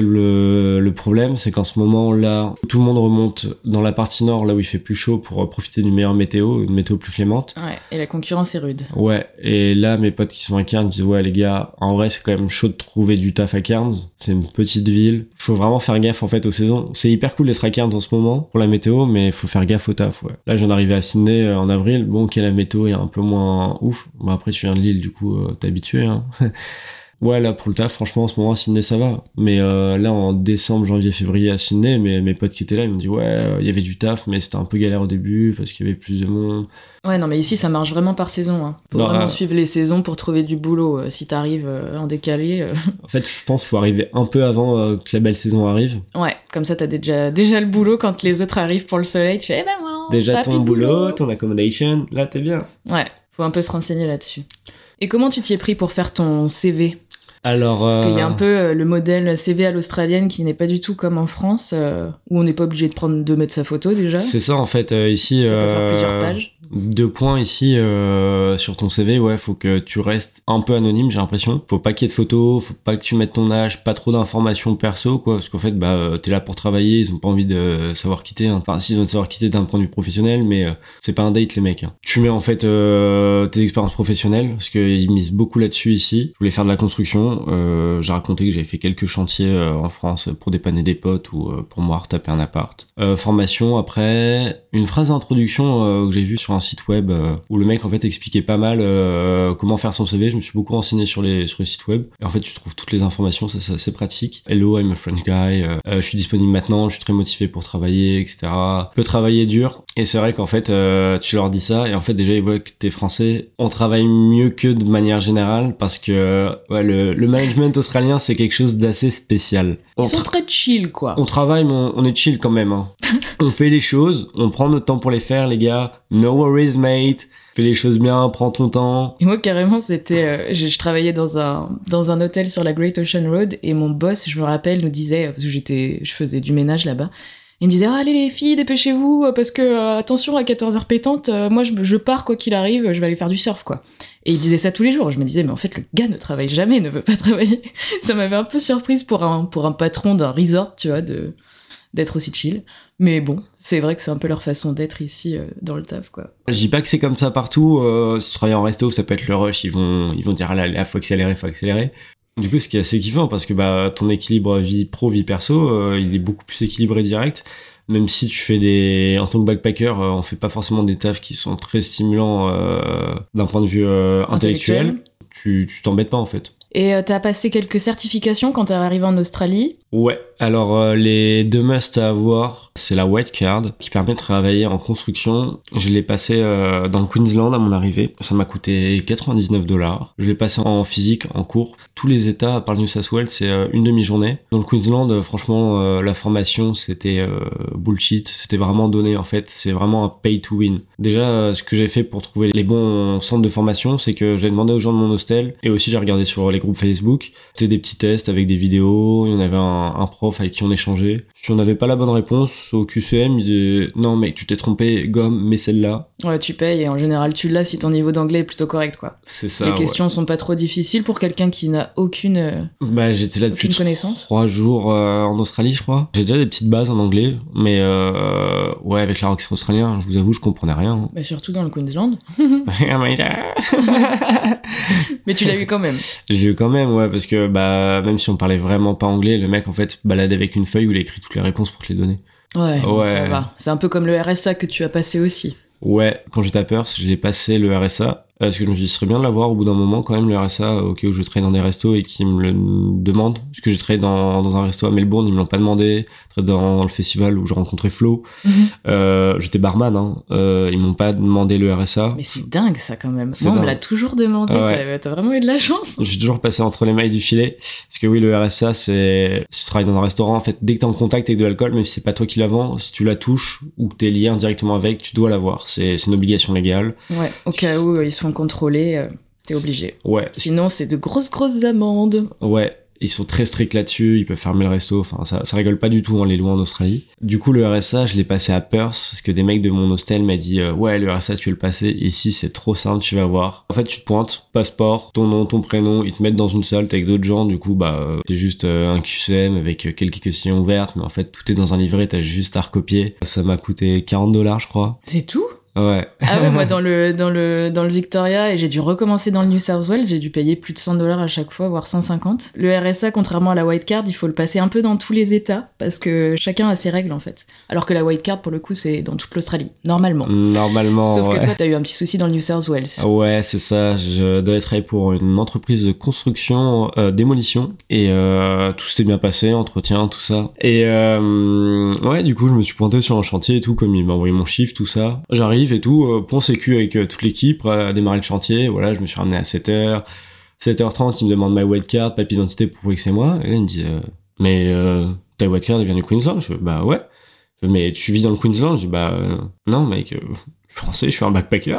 [SPEAKER 2] le problème, c'est qu'en ce moment-là, tout le monde remonte dans la partie nord, là où il fait plus chaud, pour profiter d'une meilleure météo, une météo plus clémente.
[SPEAKER 1] Ouais, et la concurrence est rude.
[SPEAKER 2] Ouais, et là, mes potes qui sont à Cairns disent, ouais, les gars, en vrai, c'est quand même chaud de trouver du taf à Cairns. C'est une petite ville. Faut vraiment faire gaffe, en fait, aux saisons. C'est hyper cool d'être à Cairns en ce moment, pour la météo, mais faut faire gaffe au taf, ouais. Là, j'en arrivais à Sydney en avril. Bon, ok, la météo est un peu moins ouf. Bon, après, tu viens de Lille, du coup, t'es habitué, hein. Ouais, là, pour le taf, franchement, en ce moment, à Sydney, ça va. Mais là, en décembre, janvier, février, à Sydney, mes potes qui étaient là, ils m'ont dit, ouais, il y avait du taf, mais c'était un peu galère au début, parce qu'il y avait plus de monde.
[SPEAKER 1] Ouais, non, mais ici, ça marche vraiment par saison, hein. Faut vraiment suivre les saisons pour trouver du boulot. Si t'arrives en décalé...
[SPEAKER 2] En fait, je pense qu'il faut arriver un peu avant que la belle saison arrive.
[SPEAKER 1] Ouais, comme ça, t'as déjà le boulot quand les autres arrivent pour le soleil. Tu fais, eh ben, moi,
[SPEAKER 2] déjà ton boulot, ton accommodation, là, t'es bien.
[SPEAKER 1] Ouais, faut un peu se renseigner là-dessus. Et comment tu t'y es pris pour faire ton CV ?
[SPEAKER 2] Alors,
[SPEAKER 1] parce qu'il y a un peu le modèle CV à l'australienne qui n'est pas du tout comme en France, où on n'est pas obligé de mettre sa photo déjà.
[SPEAKER 2] C'est ça en fait, ici...
[SPEAKER 1] Ça peut faire plusieurs pages.
[SPEAKER 2] 2 points ici sur ton CV, ouais, faut que tu restes un peu anonyme, j'ai l'impression. Faut pas qu'il y ait de photos, faut pas que tu mettes ton âge, pas trop d'informations perso, quoi, parce qu'en fait, t'es là pour travailler, ils ont pas envie de savoir quitter, hein. Enfin, s'ils veulent savoir quitter d'un point de vue professionnel, mais c'est pas un date les mecs, hein. Tu mets en fait tes expériences professionnelles, parce qu'ils misent beaucoup là-dessus ici. Je voulais faire de la construction. J'ai raconté que j'avais fait quelques chantiers en France pour dépanner des potes ou pour moi retaper un appart. Formation, après, une phrase d'introduction que j'ai vue sur un site web où le mec en fait expliquait pas mal comment faire son CV. Je me suis beaucoup renseigné sur les sites web, et en fait tu trouves toutes les informations, ça c'est assez pratique. Hello, I'm a French guy, je suis disponible maintenant, je suis très motivé pour travailler, etc. Je peux travailler dur, et c'est vrai qu'en fait tu leur dis ça, et en fait déjà ils voient que t'es français. On travaille mieux qu'eux de manière générale, parce que ouais, le management australien, c'est quelque chose d'assez spécial.
[SPEAKER 1] Ils sont très chill, quoi.
[SPEAKER 2] On travaille, mais on est chill quand même, hein. On fait les choses, on prend notre temps pour les faire, les gars. No worries, mate. Fais les choses bien, prends ton temps.
[SPEAKER 1] Et moi, carrément, c'était... je travaillais dans un hôtel sur la Great Ocean Road, et mon boss, je me rappelle, nous disait... Parce que je faisais du ménage là-bas. Il me disait, allez les filles, dépêchez-vous, parce que, attention, à 14h pétantes, moi, je pars, quoi qu'il arrive, je vais aller faire du surf, quoi. Et il disait ça tous les jours. Je me disais, mais en fait, le gars ne travaille jamais, ne veut pas travailler. Ça m'avait un peu surprise pour un patron d'un resort, tu vois, d'être aussi chill. Mais bon, c'est vrai que c'est un peu leur façon d'être ici, dans le taf, quoi.
[SPEAKER 2] Je dis pas que c'est comme ça partout. Si tu travailles en resto, ça peut être le rush, ils vont dire, là, faut accélérer. Du coup, ce qui est assez kiffant, parce que ton équilibre vie pro, vie perso, il est beaucoup plus équilibré direct. Même si tu fais en tant que backpacker, on fait pas forcément des tafs qui sont très stimulants d'un point de vue intellectuel. Tu t'embêtes pas en fait.
[SPEAKER 1] Et t'as passé quelques certifications quand t'es arrivé en Australie.
[SPEAKER 2] Ouais, alors les 2 must à avoir, c'est la White Card qui permet de travailler en construction. Je l'ai passé dans le Queensland à mon arrivée. Ça m'a coûté $99. Je l'ai passé en physique, en cours. Tous les états, à part le New South Wales, c'est une demi-journée. Dans le Queensland, franchement, la formation, c'était bullshit. C'était vraiment donné, en fait. C'est vraiment un pay to win. Déjà, ce que j'ai fait pour trouver les bons centres de formation, c'est que j'ai demandé aux gens de mon hostel et aussi j'ai regardé sur les groupes Facebook. C'était des petits tests avec des vidéos. Il y en avait un prof avec qui on échangeait. Si on n'avait pas la bonne réponse au QCM, il disait non mec, tu t'es trompé, gomme, mets celle-là.
[SPEAKER 1] Ouais, tu payes et en général tu l'as si ton niveau d'anglais est plutôt correct, quoi.
[SPEAKER 2] C'est ça.
[SPEAKER 1] Les questions sont pas trop difficiles pour quelqu'un qui n'a aucune
[SPEAKER 2] j'étais là depuis
[SPEAKER 1] connaissance.
[SPEAKER 2] 3 jours en Australie, je crois. J'ai déjà des petites bases en anglais, mais ouais, avec l'accent australien, je vous avoue, je comprenais rien.
[SPEAKER 1] Mais surtout dans le Queensland. Mais tu l'as eu quand même.
[SPEAKER 2] J'ai eu quand même, ouais, parce que même si on parlait vraiment pas anglais, le mec en fait se baladait avec une feuille où il a écrit toutes les réponses pour te les donner.
[SPEAKER 1] Ouais, ça va. C'est un peu comme le RSA que tu as passé aussi.
[SPEAKER 2] Ouais, quand j'étais à Perth, j'ai passé le RSA. Parce que je me suis dit, ce serait bien de l'avoir au bout d'un moment quand même, le RSA, au cas où je travaille dans des restos et qu'ils me le demandent. Parce que j'ai travaillé dans un resto à Melbourne, ils me l'ont pas demandé. Dans le festival où j'ai rencontré Flo. J'étais barman, ils m'ont pas demandé le RSA.
[SPEAKER 1] Mais c'est dingue ça quand même. Moi, on me l'a toujours demandé, t'as vraiment eu de la chance.
[SPEAKER 2] J'ai toujours passé entre les mailles du filet. Parce que oui, le RSA, c'est... Si tu travailles dans un restaurant, en fait, dès que t'es en contact avec de l'alcool, même si c'est pas toi qui la vends, si tu la touches ou que t'es lié indirectement avec, tu dois l'avoir. C'est une obligation légale.
[SPEAKER 1] Ouais, au cas où ils se font contrôler, t'es obligé.
[SPEAKER 2] Ouais.
[SPEAKER 1] Sinon, c'est de grosses amendes.
[SPEAKER 2] Ouais. Ils sont très stricts là-dessus, ils peuvent fermer le resto, enfin ça rigole pas du tout les lois en Australie. Du coup le RSA je l'ai passé à Perth parce que des mecs de mon hostel m'ont dit ouais le RSA tu veux le passer, ici c'est trop simple, tu vas voir. En fait tu te pointes, passeport, ton nom, ton prénom, ils te mettent dans une salle, t'es avec d'autres gens, du coup c'est juste un QCM avec quelques questions ouvertes, mais en fait tout est dans un livret, t'as juste à recopier. Ça m'a coûté $40 je crois.
[SPEAKER 1] C'est tout ?
[SPEAKER 2] Ouais.
[SPEAKER 1] Ah ouais, moi dans le Victoria, et j'ai dû recommencer dans le New South Wales, j'ai dû payer plus de $100 à chaque fois, voire 150. Le RSA, contrairement à la White Card, il faut le passer un peu dans tous les États, parce que chacun a ses règles en fait. Alors que la White Card, pour le coup, c'est dans toute l'Australie, normalement.
[SPEAKER 2] Sauf
[SPEAKER 1] que toi, t'as eu un petit souci dans le New South Wales.
[SPEAKER 2] Ouais, c'est ça. Je devais travailler pour une entreprise de construction, démolition, et tout s'était bien passé, entretien, tout ça. Et ouais, du coup, je me suis pointé sur un chantier et tout, comme il m'a envoyé mon chiffre, tout ça. J'arrive et tout, pont sécu avec toute l'équipe, à démarrer le chantier, voilà, je me suis ramené à 7h, 7h30, il me demande ma white card, papier d'identité pour prouver que c'est moi, et là il me dit mais ta white card elle vient du Queensland? Je fais bah ouais. Mais tu vis dans le Queensland? Je dis non mec, je suis français, je suis un backpacker.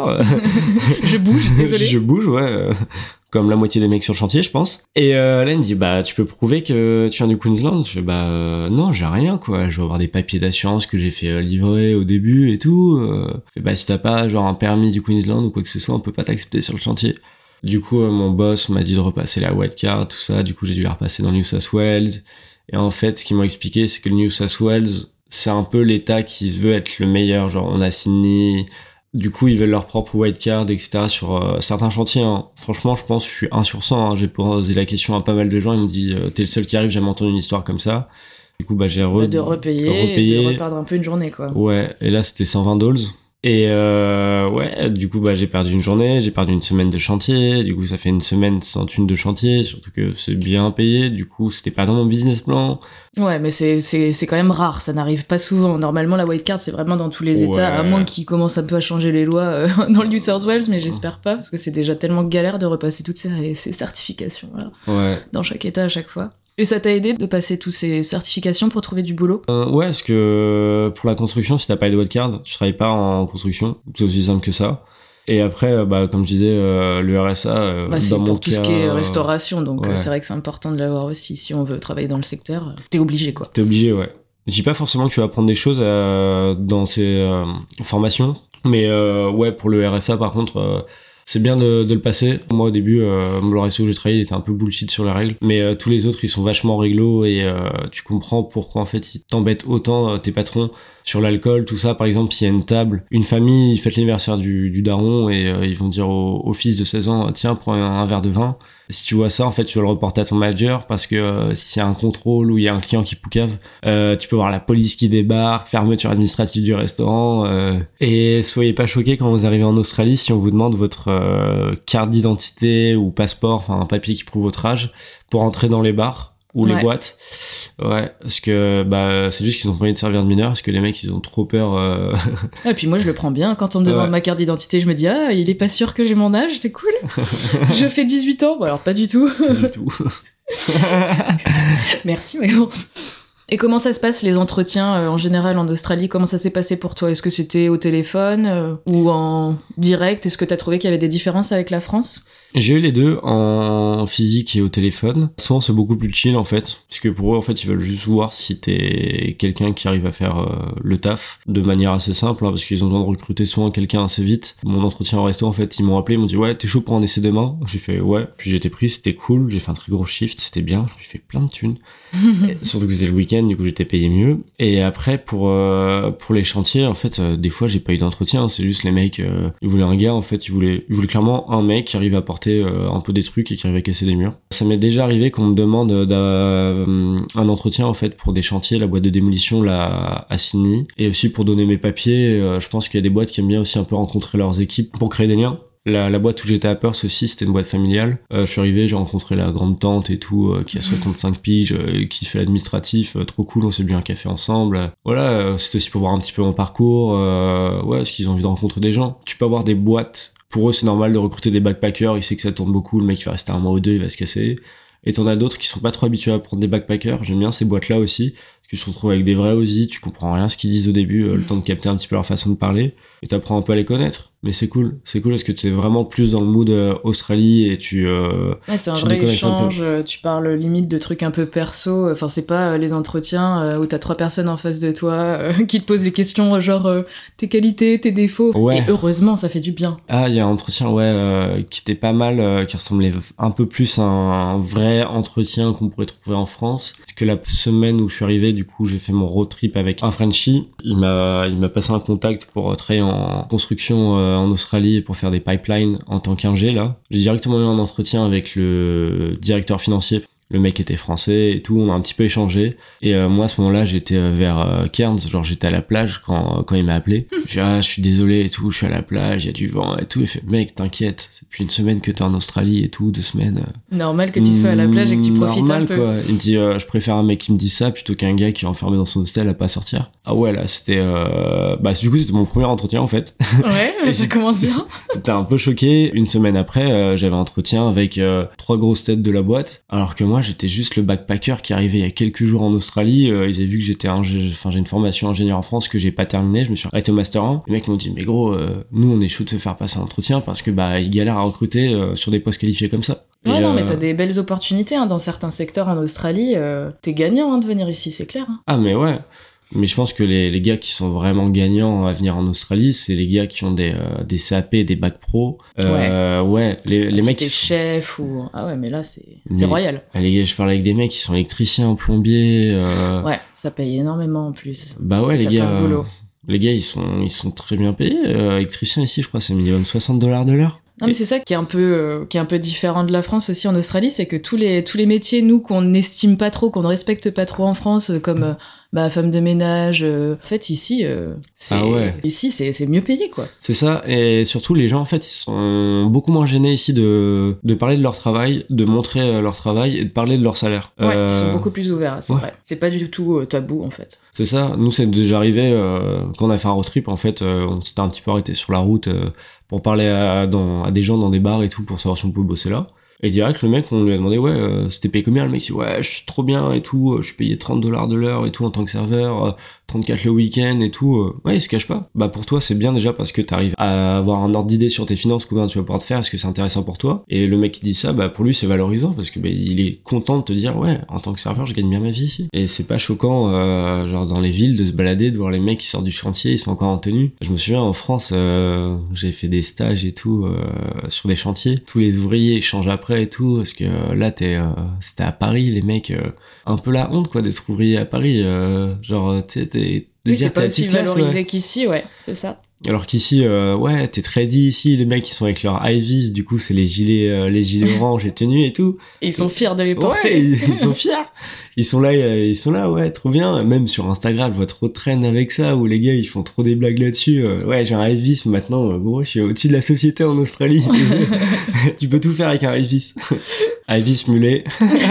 [SPEAKER 1] Je bouge, désolé.
[SPEAKER 2] Je bouge, ouais. Comme la moitié des mecs sur le chantier, je pense. Et là, il me dit, tu peux prouver que tu viens du Queensland? Je fais, non, j'ai rien, quoi. Je vais avoir des papiers d'assurance que j'ai fait livrer au début et tout. Je fais, si t'as pas, genre, un permis du Queensland ou quoi que ce soit, on peut pas t'accepter sur le chantier. Du coup, mon boss m'a dit de repasser la white card, tout ça. Du coup, j'ai dû la repasser dans le New South Wales. Et en fait, ce qu'ils m'ont expliqué, c'est que le New South Wales, c'est un peu l'état qui veut être le meilleur. Genre, on a Sydney. Du coup, ils veulent leur propre white card, etc. sur certains chantiers. Franchement, je pense que je suis 1 sur 100. J'ai posé la question à pas mal de gens. Ils m'ont dit, t'es le seul qui arrive, j'ai jamais entendu une histoire comme ça. Du coup, j'ai
[SPEAKER 1] de repayer et de reperdre un peu une journée, quoi.
[SPEAKER 2] Ouais, et là, c'était $120. Et ouais, du coup, j'ai perdu une journée, j'ai perdu une semaine de chantier. Du coup, ça fait une semaine sans thune de chantier, surtout que c'est bien payé. Du coup, c'était pas dans mon business plan.
[SPEAKER 1] Ouais, mais c'est quand même rare, ça n'arrive pas souvent. Normalement, la white card, c'est vraiment dans tous les États, à moins qu'ils commencent un peu à changer les lois dans le New South Wales, mais j'espère pas, parce que c'est déjà tellement galère de repasser toutes ces certifications dans chaque État à chaque fois. Et ça t'a aidé de passer toutes ces certifications pour trouver du boulot?
[SPEAKER 2] Ouais, parce que pour la construction, si t'as pas de white card, tu travailles pas en construction. C'est aussi simple que ça. Et après, comme je disais, le RSA,
[SPEAKER 1] c'est
[SPEAKER 2] dans mon
[SPEAKER 1] pour
[SPEAKER 2] cas,
[SPEAKER 1] tout ce qui est restauration, donc c'est vrai que c'est important de l'avoir aussi. Si on veut travailler dans le secteur, t'es obligé, quoi.
[SPEAKER 2] T'es obligé, ouais. Je dis pas forcément que tu vas apprendre des choses dans ces formations, mais ouais, pour le RSA, par contre... c'est bien de le passer. Moi, au début, le resto où j'ai travaillé, il était un peu bullshit sur les règles. Mais tous les autres, ils sont vachement réglo et tu comprends pourquoi, en fait, ils t'embêtent autant, tes patrons, sur l'alcool, tout ça. Par exemple, s'il y a une table, une famille, ils fêtent l'anniversaire du daron et ils vont dire au fils de 16 ans, tiens, prends un verre de vin. Si tu vois ça, en fait, tu dois le reporter à ton manager parce que s'il y a un contrôle ou il y a un client qui poucave, tu peux voir la police qui débarque, fermeture administrative du restaurant. Et soyez pas choqués quand vous arrivez en Australie si on vous demande votre carte d'identité ou passeport, enfin un papier qui prouve votre âge pour entrer dans les bars ou les boîtes. Ouais, parce que c'est juste qu'ils ont pas envie de servir de mineurs, parce que les mecs ils ont trop peur.
[SPEAKER 1] Et puis moi je le prends bien quand on me demande ma carte d'identité, je me dis il est pas sûr que j'ai mon âge, c'est cool. Je fais 18 ans. Bon alors pas du tout.
[SPEAKER 2] Pas du tout.
[SPEAKER 1] Merci Maxence. Et comment ça se passe les entretiens en général en Australie? Comment ça s'est passé pour toi? Est-ce que c'était au téléphone ou en direct? Est-ce que t'as trouvé qu'il y avait des différences avec la France?
[SPEAKER 2] J'ai eu les deux, en physique et au téléphone. Souvent, c'est beaucoup plus chill, en fait. Parce que pour eux, en fait, ils veulent juste voir si t'es quelqu'un qui arrive à faire le taf de manière assez simple, hein, parce qu'ils ont besoin de recruter souvent quelqu'un assez vite. Mon entretien au resto, en fait, ils m'ont appelé, ils m'ont dit « Ouais, t'es chaud pour un essai demain ?» J'ai fait « Ouais ». Puis j'ai été pris, c'était cool. J'ai fait un très gros shift, c'était bien. J'ai fait plein de thunes. Surtout que c'était le week-end, du coup, j'étais payé mieux. Et après, pour les chantiers, en fait, des fois, j'ai pas eu d'entretien. C'est juste les mecs, ils voulaient un gars, en fait, ils voulaient clairement un mec qui arrive à porter un peu des trucs et qui arrive à casser des murs. Ça m'est déjà arrivé qu'on me demande un entretien en fait pour des chantiers, la boîte de démolition là à Sydney, et aussi pour donner mes papiers. Je pense qu'il y a des boîtes qui aiment bien aussi un peu rencontrer leurs équipes pour créer des liens. La boîte où j'étais à Perth aussi, c'était une boîte familiale. Je suis arrivé, j'ai rencontré la grande tante et tout, qui a 65 piges, qui fait l'administratif, trop cool, on s'est bu un café ensemble. Voilà, c'était aussi pour voir un petit peu mon parcours, parce qu'ils ont envie de rencontrer des gens. Tu peux avoir des boîtes. Pour eux, c'est normal de recruter des backpackers. Ils savent que ça tourne beaucoup. Le mec, il va rester un mois ou deux, il va se casser. Et t'en as d'autres qui sont pas trop habitués à prendre des backpackers. J'aime bien ces boîtes-là aussi. Parce que tu te retrouves avec des vrais Aussies. Tu comprends rien ce qu'ils disent au début. Le temps de capter un petit peu leur façon de parler. Et t'apprends un peu à les connaître. Mais c'est cool. C'est cool parce que tu es vraiment plus dans le mood Australie et tu...
[SPEAKER 1] c'est un vrai échange. Tu parles limite de trucs un peu perso. Enfin, c'est pas les entretiens où t'as 3 personnes en face de toi qui te posent les questions genre tes qualités, tes défauts. Ouais. Et heureusement, ça fait du bien.
[SPEAKER 2] Ah, il y a un entretien, qui était pas mal, qui ressemblait un peu plus à un vrai entretien qu'on pourrait trouver en France. Parce que la semaine où je suis arrivé, du coup, j'ai fait mon road trip avec un Frenchie. Il m'a passé un contact pour travailler en construction en Australie pour faire des pipelines en tant qu'ingé là. J'ai directement eu un entretien avec le directeur financier. Le mec était français et tout, on a un petit peu échangé. Et moi, à ce moment-là, j'étais vers Cairns, genre j'étais à la plage quand il m'a appelé. J'ai dit, je suis désolé et tout, je suis à la plage, il y a du vent et tout. Il fait, mec, t'inquiète, c'est depuis une semaine que t'es en Australie et tout, 2 semaines.
[SPEAKER 1] Normal que tu sois à la plage et que tu profites un peu.
[SPEAKER 2] Quoi. Il me dit, je préfère un mec qui me dit ça plutôt qu'un gars qui est enfermé dans son hostel à pas sortir. Ah ouais, là, c'était... du coup, c'était mon premier entretien, en fait.
[SPEAKER 1] Ouais, ça commence bien.
[SPEAKER 2] T'es un peu choqué. Une semaine après, j'avais un entretien avec 3 grosses têtes de la boîte, alors que moi, j'étais juste le backpacker qui arrivait il y a quelques jours en Australie. Ils avaient vu que j'ai une formation ingénieur en France que j'ai pas terminé. Je me suis arrêté au master 1. Les mecs m'ont dit, mais gros, nous on est chaud de se faire passer un entretien parce que ils galèrent à recruter sur des postes qualifiés comme ça.
[SPEAKER 1] Ouais, non, mais t'as des belles opportunités dans certains secteurs en Australie. T'es gagnant de venir ici, c'est clair.
[SPEAKER 2] Ah mais ouais. Mais je pense que les gars qui sont vraiment gagnants à venir en Australie, c'est les gars qui ont des CAP, des bacs pro. Les mecs qui sont
[SPEAKER 1] chefs ou... Ah ouais, mais là, c'est royal.
[SPEAKER 2] Les gars, je parle avec des mecs qui sont électriciens, plombiers...
[SPEAKER 1] Ouais, ça paye énormément en plus.
[SPEAKER 2] Bah ouais, les gars, ils sont très bien payés. Électriciens ici, je crois, c'est minimum $60 de l'heure.
[SPEAKER 1] Non mais c'est ça qui est un peu différent de la France aussi en Australie, c'est que tous les métiers nous qu'on n'estime pas trop, qu'on ne respecte pas trop en France, comme femme de ménage, en fait ici c'est mieux payé quoi.
[SPEAKER 2] C'est ça, et surtout les gens en fait ils sont beaucoup moins gênés ici de parler de leur travail, de montrer leur travail et de parler de leur salaire.
[SPEAKER 1] Ouais, ils sont beaucoup plus ouverts, c'est vrai. C'est pas du tout tabou en fait.
[SPEAKER 2] C'est ça, nous c'est déjà arrivé quand on a fait un road trip en fait, on s'était un petit peu arrêté sur la route pour parler à des gens dans des bars et tout pour savoir si on pouvait bosser là. Et direct, le mec, on lui a demandé, c'était payé combien? Le mec, il dit, ouais, je suis trop bien et tout, je suis payé $30 de l'heure et tout en tant que serveur, 34 le week-end et tout. Ouais, il se cache pas. Bah, pour toi, c'est bien déjà parce que t'arrives à avoir un ordre d'idée sur tes finances, combien tu vas pouvoir te faire, est-ce que c'est intéressant pour toi? Et le mec qui dit ça, pour lui, c'est valorisant parce que, il est content de te dire, ouais, en tant que serveur, je gagne bien ma vie ici. Et c'est pas choquant, genre, dans les villes, de se balader, de voir les mecs qui sortent du chantier, ils sont encore en tenue. Je me souviens, en France, j'ai fait des stages et tout, sur des chantiers. Tous les ouvriers changent après et tout, parce que là c'était à Paris, les mecs, un peu la honte quoi d'être ouvrier à Paris, genre tu sais
[SPEAKER 1] oui, c'est pas aussi valorisé qu'ici, ouais, c'est ça.
[SPEAKER 2] Alors qu'ici, ouais, t'es très dit ici, les mecs, ils sont avec leurs high-vis, du coup, c'est les gilets orange et tenues et tout.
[SPEAKER 1] Et ils sont fiers de les porter.
[SPEAKER 2] Ouais, ils sont fiers. Ils sont là, ouais, trop bien. Même sur Instagram, je vois trop de trends avec ça, où les gars, ils font trop des blagues là-dessus. Ouais, j'ai un high-vis, maintenant, gros, je suis au-dessus de la société en Australie. Tu peux tout faire avec un high-vis. High-vis mulet.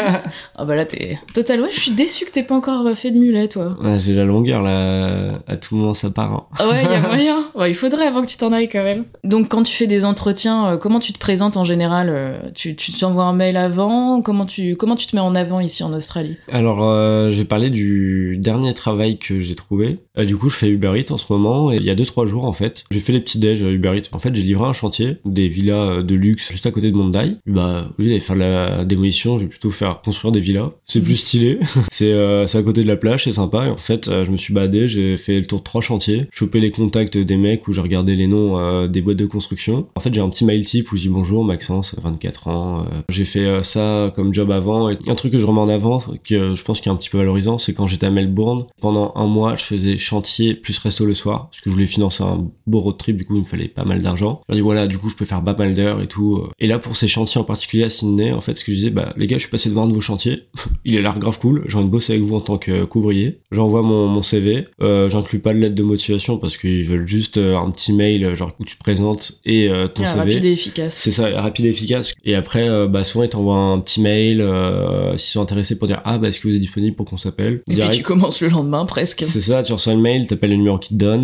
[SPEAKER 1] Ah bah là, t'es... Total, ouais, je suis déçu que t'aies pas encore fait de mulet, toi.
[SPEAKER 2] Ouais, j'ai la longueur, là, à tout moment, ça part. Hein.
[SPEAKER 1] Ah ouais, y a moyen. Ouais, il faudrait avant que tu t'en ailles quand même. Donc, quand tu fais des entretiens, comment tu te présentes en général? Tu t'envoies un mail avant? Comment tu te mets en avant ici en Australie?
[SPEAKER 2] Alors, j'ai parlé du dernier travail que j'ai trouvé. Du coup, je fais Uber Eats en ce moment, et il y a 2-3 jours, en fait, j'ai fait les petits déj Uber Eats. En fait, j'ai livré un chantier, des villas de luxe juste à côté de Mondai. Bah, au lieu d'aller faire de la démolition, je vais plutôt faire construire des villas. C'est plus stylé. C'est à côté de la plage, c'est sympa. Et en fait, je me suis baladé, j'ai fait le tour de 3 chantiers, chopé les contacts des mecs où j'ai regardé les noms des boîtes de construction. En fait, j'ai un petit mail type où je dis bonjour, Maxence, 24 ans. J'ai fait ça comme job avant. Et un truc que je remets en avant, que je pense qui est un petit peu valorisant, c'est quand j'étais à Melbourne, pendant un mois, je faisais chantier plus resto le soir, parce que je voulais financer un beau road trip, du coup, il me fallait pas mal d'argent. Je leur dis voilà, du coup, je peux faire pas mal d'heures et tout. Et là, pour ces chantiers en particulier à Sydney, en fait, ce que je disais, bah, les gars, je suis passé devant un de vos chantiers. Il a l'air grave cool. J'ai envie de bosser avec vous en tant que qu'ouvrier. J'envoie mon CV. J'inclus pas de lettre de motivation parce qu'ils veulent juste un petit mail, genre, où tu te présentes et ton CV.
[SPEAKER 1] Rapide et efficace.
[SPEAKER 2] C'est ça, rapide et efficace. Et après, bah, souvent, ils t'envoient un petit mail, s'ils sont intéressés pour dire, ah, bah, est-ce que vous êtes disponible pour qu'on s'appelle?
[SPEAKER 1] Et puis tu commences le lendemain, presque.
[SPEAKER 2] C'est ça, tu reçois le mail, t'appelles le numéro qu'ils te donnent.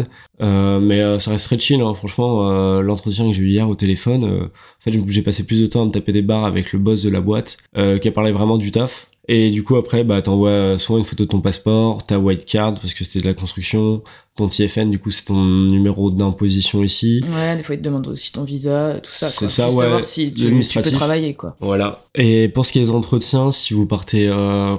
[SPEAKER 2] Mais ça reste très chill, hein. Franchement, l'entretien que j'ai eu hier au téléphone, en fait, j'ai passé plus de temps à me taper des barres avec le boss de la boîte, qui a parlé vraiment du taf. Et du coup, après, bah, t'envoies souvent une photo de ton passeport, ta white card, parce que c'était de la construction, ton TFN, du coup, c'est ton numéro d'imposition ici.
[SPEAKER 1] Ouais, des fois, ils te demandent aussi ton visa, tout ça, quoi.
[SPEAKER 2] C'est ça,
[SPEAKER 1] pour
[SPEAKER 2] ouais.
[SPEAKER 1] savoir si tu peux travailler, quoi.
[SPEAKER 2] Voilà. Et pour ce qui est des entretiens, si vous partez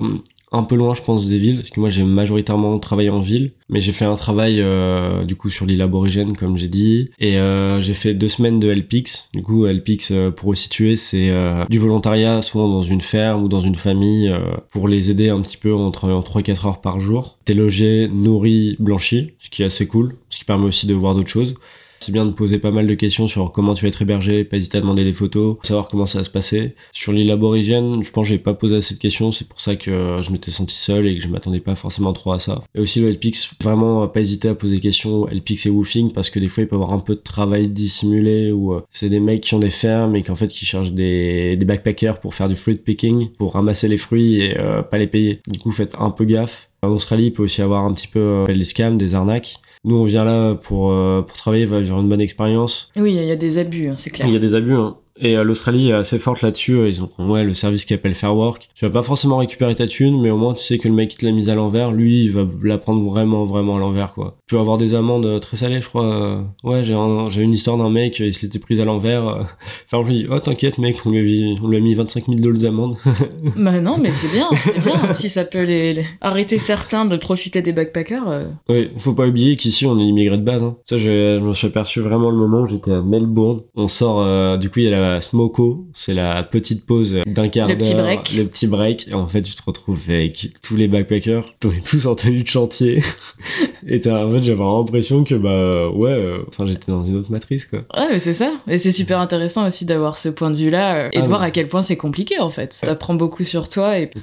[SPEAKER 2] un peu loin, je pense, des villes, parce que moi, j'ai majoritairement travaillé en ville, mais j'ai fait un travail, du coup, sur l'île aborigène, comme j'ai dit, et j'ai fait 2 semaines de LPX. Du coup, LPX, pour resituer, c'est du volontariat, souvent dans une ferme ou dans une famille, pour les aider un petit peu en travaillant 3-4 heures par jour. T'es logé, nourri, blanchi, ce qui est assez cool, ce qui permet aussi de voir d'autres choses. C'est bien de poser pas mal de questions sur comment tu vas être hébergé, pas hésiter à demander des photos, savoir comment ça va se passer. Sur l'île aborigène, je pense que j'ai pas posé assez de questions, c'est pour ça que je m'étais senti seul et que je m'attendais pas forcément trop à ça. Et aussi le LPX, vraiment pas hésiter à poser des questions, LPX et woofing, parce que des fois il peut y avoir un peu de travail dissimulé, ou c'est des mecs qui ont des fermes et qui cherchent des backpackers pour faire du fruit picking, pour ramasser les fruits et pas les payer. Du coup faites un peu gaffe. En Australie, il peut aussi avoir un petit peu des scams, des arnaques. Nous, on vient là pour travailler, va avoir une bonne expérience.
[SPEAKER 1] Oui, il y a des abus, hein, c'est clair.
[SPEAKER 2] Il y a des abus, hein. Et l'Australie est assez forte là-dessus. Ils ont le service qui appelle Fair Work. Tu vas pas forcément récupérer ta thune, mais au moins tu sais que le mec qui te l'a mise à l'envers, lui, il va la prendre vraiment, vraiment à l'envers, quoi. Tu peux avoir des amendes très salées, je crois. Ouais, j'ai une histoire d'un mec, il se l'était pris à l'envers. Enfin, je lui dis, oh t'inquiète mec, on lui a mis 25 000 $ d'amende.
[SPEAKER 1] Bah non, mais c'est bien. Si ça peut arrêter certains de profiter des backpackers.
[SPEAKER 2] Oui, faut pas oublier qu'ici on est immigré de base, hein. Ça, je m'en suis aperçu vraiment le moment où j'étais à Melbourne. On sort, du coup il y a la Smoko, c'est la petite pause d'un quart d'heure, le petit break, et en fait tu te retrouves avec tous les backpackers, on est tous en tenue de chantier, et en fait j'avais l'impression que j'étais dans une autre matrice, quoi.
[SPEAKER 1] Ouais, mais c'est ça, et c'est super intéressant aussi d'avoir ce point de vue-là, et de voir à quel point c'est compliqué en fait. T'apprends beaucoup sur toi et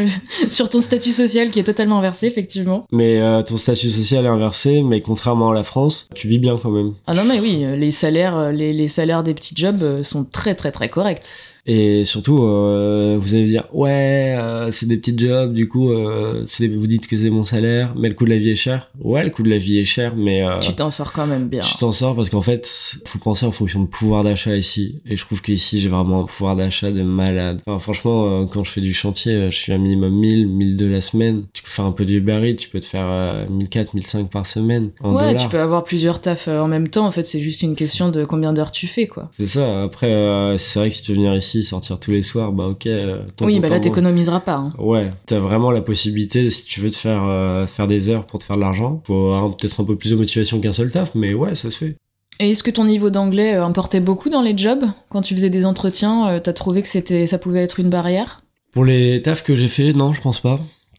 [SPEAKER 1] sur ton statut social qui est totalement inversé, effectivement.
[SPEAKER 2] Mais ton statut social est inversé, mais contrairement à la France, tu vis bien quand même.
[SPEAKER 1] Ah non mais oui, les salaires des petits jobs sont très très très corrects.
[SPEAKER 2] Et surtout, vous allez dire, ouais, c'est des petits jobs, du coup, vous dites que c'est mon salaire, mais le coût de la vie est cher. Ouais, le coût de la vie est cher, mais...
[SPEAKER 1] tu t'en sors quand même bien.
[SPEAKER 2] Tu t'en sors parce qu'en fait, faut penser en fonction de pouvoir d'achat ici. Et je trouve qu'ici, j'ai vraiment un pouvoir d'achat de malade. Enfin, franchement, quand je fais du chantier, je suis à minimum 1000 la semaine. Tu peux faire un peu du Uber Eats, tu peux te faire 1400, 1500 par semaine en dollars.
[SPEAKER 1] Ouais, tu peux avoir plusieurs tafs en même temps. En fait, c'est juste une question de combien d'heures tu fais, quoi.
[SPEAKER 2] C'est ça. Après, c'est vrai que si tu veux venir ici, sortir tous les soirs, bah ok.
[SPEAKER 1] Oui, bah là t'économiseras pas. Hein.
[SPEAKER 2] Ouais, t'as vraiment la possibilité, si tu veux te faire des heures pour te faire de l'argent, faut avoir peut-être un peu plus de motivation qu'un seul taf, mais ouais, ça se fait.
[SPEAKER 1] Et est-ce que ton niveau d'anglais importait beaucoup dans les jobs? Quand tu faisais des entretiens, t'as trouvé que ça pouvait être une barrière?
[SPEAKER 2] Pour les tafs que j'ai fait, non, je pense pas.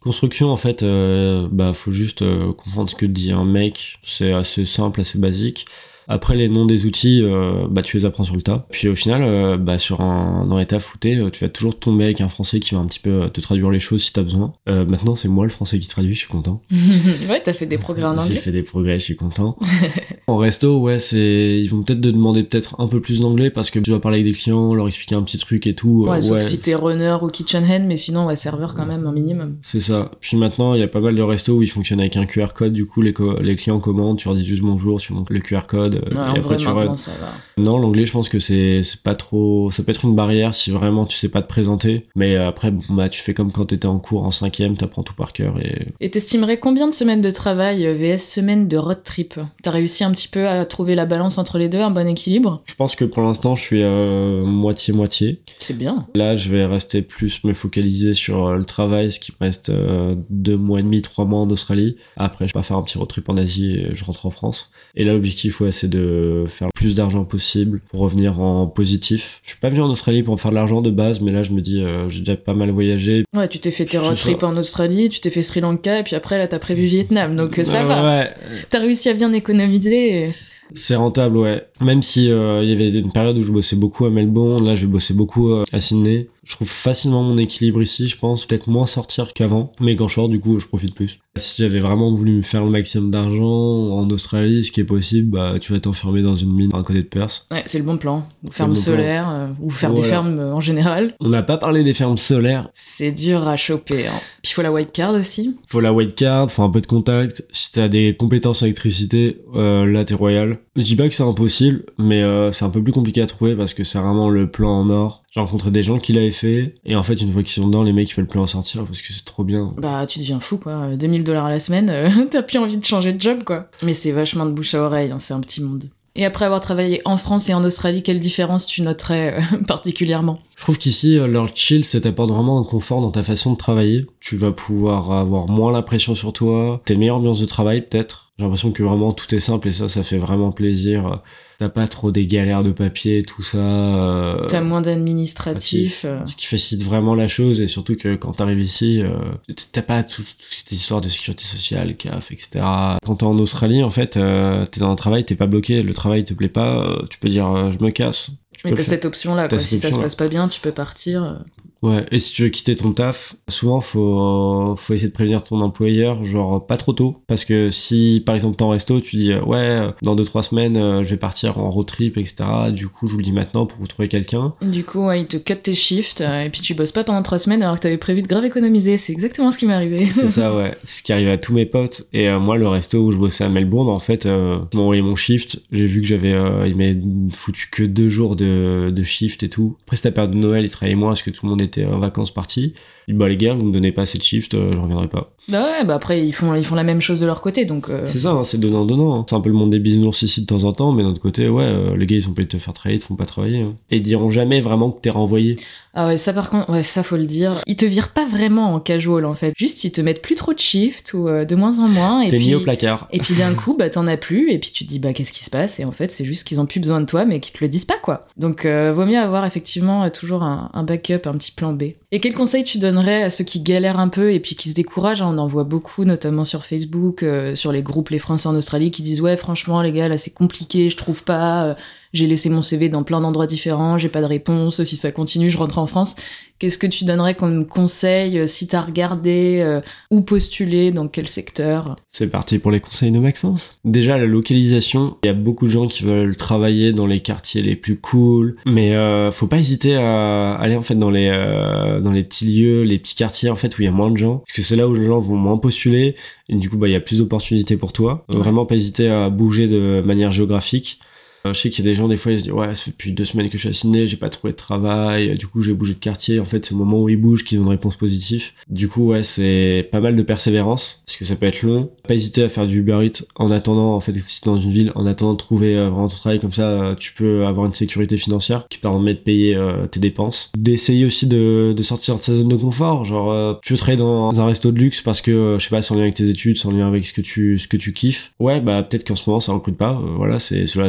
[SPEAKER 2] Construction, en fait, faut juste comprendre ce que dit un mec. C'est assez simple, assez basique. Après, les noms des outils, tu les apprends sur le tas. Puis au final, dans les tafs où tu vas toujours tomber avec un français qui va un petit peu te traduire les choses si t'as besoin. Maintenant, c'est moi le français qui traduit, je suis content.
[SPEAKER 1] Ouais, t'as fait des progrès en anglais.
[SPEAKER 2] J'ai fait des progrès, je suis content. En resto, ils vont peut-être te demander peut-être un peu plus d'anglais parce que tu vas parler avec des clients, leur expliquer un petit truc et tout.
[SPEAKER 1] Sauf si t'es runner ou kitchen hand, mais sinon, serveur quand même, un minimum.
[SPEAKER 2] C'est ça. Puis maintenant, il y a pas mal de restos où ils fonctionnent avec un QR code. Du coup, les clients commandent, tu leur dis juste bonjour, tu montres le QR code.
[SPEAKER 1] Ouais, en vrai, maintenant, ça va.
[SPEAKER 2] Non, l'anglais, je pense que c'est pas trop... Ça peut être une barrière si vraiment tu sais pas te présenter. Mais après, tu fais comme quand t'étais en cours en 5e, t'apprends tout par cœur
[SPEAKER 1] Et t'estimerais combien de semaines de travail vs semaines de road trip? T'as réussi un petit peu à trouver la balance entre les deux, un bon équilibre?
[SPEAKER 2] Je pense que pour l'instant, je suis moitié-moitié.
[SPEAKER 1] C'est bien.
[SPEAKER 2] Là, je vais rester plus me focaliser sur le travail, ce qui me reste 2 mois et demi, 3 mois en Australie. Après, je vais faire un petit road trip en Asie et je rentre en France. Et là, l'objectif, c'est de faire le plus d'argent possible pour revenir en positif. Je suis pas venu en Australie pour faire de l'argent de base, mais là, je me dis, j'ai déjà pas mal voyagé.
[SPEAKER 1] Ouais, tu t'es fait tes road trips en Australie, tu t'es fait Sri Lanka, et puis après, là, t'as prévu Vietnam, donc ça va.
[SPEAKER 2] Ouais.
[SPEAKER 1] T'as réussi à bien économiser.
[SPEAKER 2] C'est rentable, ouais. Même si y avait une période où je bossais beaucoup à Melbourne, là, je vais bosser beaucoup à Sydney. Je trouve facilement mon équilibre ici, je pense, peut-être moins sortir qu'avant, mais quand je sors, du coup, je profite plus. Si j'avais vraiment voulu me faire le maximum d'argent en Australie, ce qui est possible, tu vas t'enfermer dans une mine à côté de Perth.
[SPEAKER 1] Ouais, c'est le bon plan. Ou ferme solaire, ou faire des fermes en général.
[SPEAKER 2] On n'a pas parlé des fermes solaires.
[SPEAKER 1] C'est dur à choper, hein. Puis il faut la white card aussi.
[SPEAKER 2] Faut la white card, faut un peu de contact. Si t'as des compétences en électricité, là t'es royal. Je dis pas que c'est impossible, mais c'est un peu plus compliqué à trouver parce que c'est vraiment le plan en or. J'ai rencontré des gens qui l'avaient fait, et en fait, une fois qu'ils sont dedans, les mecs, ils veulent plus en sortir parce que c'est trop bien.
[SPEAKER 1] Tu deviens fou, quoi. 2000$ à la semaine, t'as plus envie de changer de job, quoi. Mais c'est vachement de bouche à oreille, hein, c'est un petit monde. Et après avoir travaillé en France et en Australie, quelle différence tu noterais particulièrement?
[SPEAKER 2] Je trouve qu'ici, leur chill, ça t'apporte vraiment un confort dans ta façon de travailler. Tu vas pouvoir avoir moins la pression sur toi. T'as une meilleure ambiance de travail, peut-être. J'ai l'impression que vraiment tout est simple et ça fait vraiment plaisir. T'as pas trop des galères de papier, tout ça.
[SPEAKER 1] T'as moins d'administratif.
[SPEAKER 2] Ce qui facilite vraiment la chose, et surtout que quand t'arrives ici, t'as pas toute cette histoire de sécurité sociale, CAF, etc. Quand t'es en Australie, en fait, t'es dans un travail, t'es pas bloqué, le travail te plaît pas, tu peux dire je me casse.
[SPEAKER 1] Mais t'as cette option-là, quoi. Si ça se passe pas bien, tu peux partir.
[SPEAKER 2] Ouais, et si tu veux quitter ton taf, souvent faut essayer de prévenir ton employeur, genre pas trop tôt, parce que si par exemple t'es en resto, tu dis dans 2-3 semaines je vais partir en road trip, etc. Du coup je vous le dis maintenant pour vous trouver quelqu'un.
[SPEAKER 1] Du coup il te cut tes shifts et puis tu bosses pas pendant 3 semaines alors que t'avais prévu de grave économiser. C'est exactement ce qui m'est arrivé. C'est ça, ouais,
[SPEAKER 2] c'est ce qui arrive à tous mes potes. Et moi le resto où je bossais à Melbourne, en fait ils m'ont envoyé mon shift, j'ai vu que il m'avait foutu que 2 jours de shift et tout. Après c'était la période de Noël, ils travaillaient moins parce que tout le monde était en vacances parties. Les gars, vous me donnez pas assez de shift, je reviendrai pas.
[SPEAKER 1] Après ils font la même chose de leur côté, donc
[SPEAKER 2] c'est ça, hein, c'est donnant. C'est un peu le monde des bisounours ici de temps en temps, mais d'un autre côté, les gars ils ont payé de te faire travailler, ils te font pas travailler, hein. Et ils diront jamais vraiment que t'es renvoyé.
[SPEAKER 1] Ah ouais, ça par contre, ça faut le dire. Ils te virent pas vraiment en casual en fait. Juste ils te mettent plus trop de shift ou de moins en moins. Et
[SPEAKER 2] t'es
[SPEAKER 1] puis,
[SPEAKER 2] mis au placard.
[SPEAKER 1] Et puis d'un coup, t'en as plus, et puis tu te dis qu'est-ce qui se passe? Et en fait, c'est juste qu'ils ont plus besoin de toi, mais qu'ils te le disent pas, quoi. Donc vaut mieux avoir effectivement toujours un backup, un petit plan B. Et quel conseil tu donnerais à ceux qui galèrent un peu et puis qui se découragent? On en voit beaucoup, notamment sur Facebook, sur les groupes Les Français en Australie, qui disent franchement les gars, là c'est compliqué, je trouve pas, j'ai laissé mon CV dans plein d'endroits différents, j'ai pas de réponse, si ça continue je rentre en France. Qu'est-ce que tu donnerais comme conseil si t'as regardé où postuler, dans quel secteur? C'est
[SPEAKER 2] parti pour les conseils de Maxence. Déjà, la localisation. Il y a beaucoup de gens qui veulent travailler dans les quartiers les plus cool, mais faut pas hésiter à aller en fait dans les petits lieux, les petits quartiers en fait où il y a moins de gens, parce que c'est là où les gens vont moins postuler, et du coup il y a plus d'opportunités pour toi. Ouais. Vraiment pas hésiter à bouger de manière géographique. Je sais qu'il y a des gens, des fois, ils se disent ça fait depuis 2 semaines que je suis à Sydney, j'ai pas trouvé de travail, du coup j'ai bougé de quartier. En fait, c'est au moment où ils bougent qu'ils ont une réponse positive. Du coup, c'est pas mal de persévérance, parce que ça peut être long. Pas hésiter à faire du Uber Eats en attendant, en fait, si t'es dans une ville, en attendant de trouver vraiment ton travail, comme ça, tu peux avoir une sécurité financière qui permet de payer tes dépenses. D'essayer aussi de sortir de sa zone de confort, genre, tu veux travailler dans un resto de luxe parce que, je sais pas, c'est en lien avec tes études, c'est en lien avec ce que tu kiffes. Peut-être qu'en ce moment ça recrute pas, c'est le hasard des choses.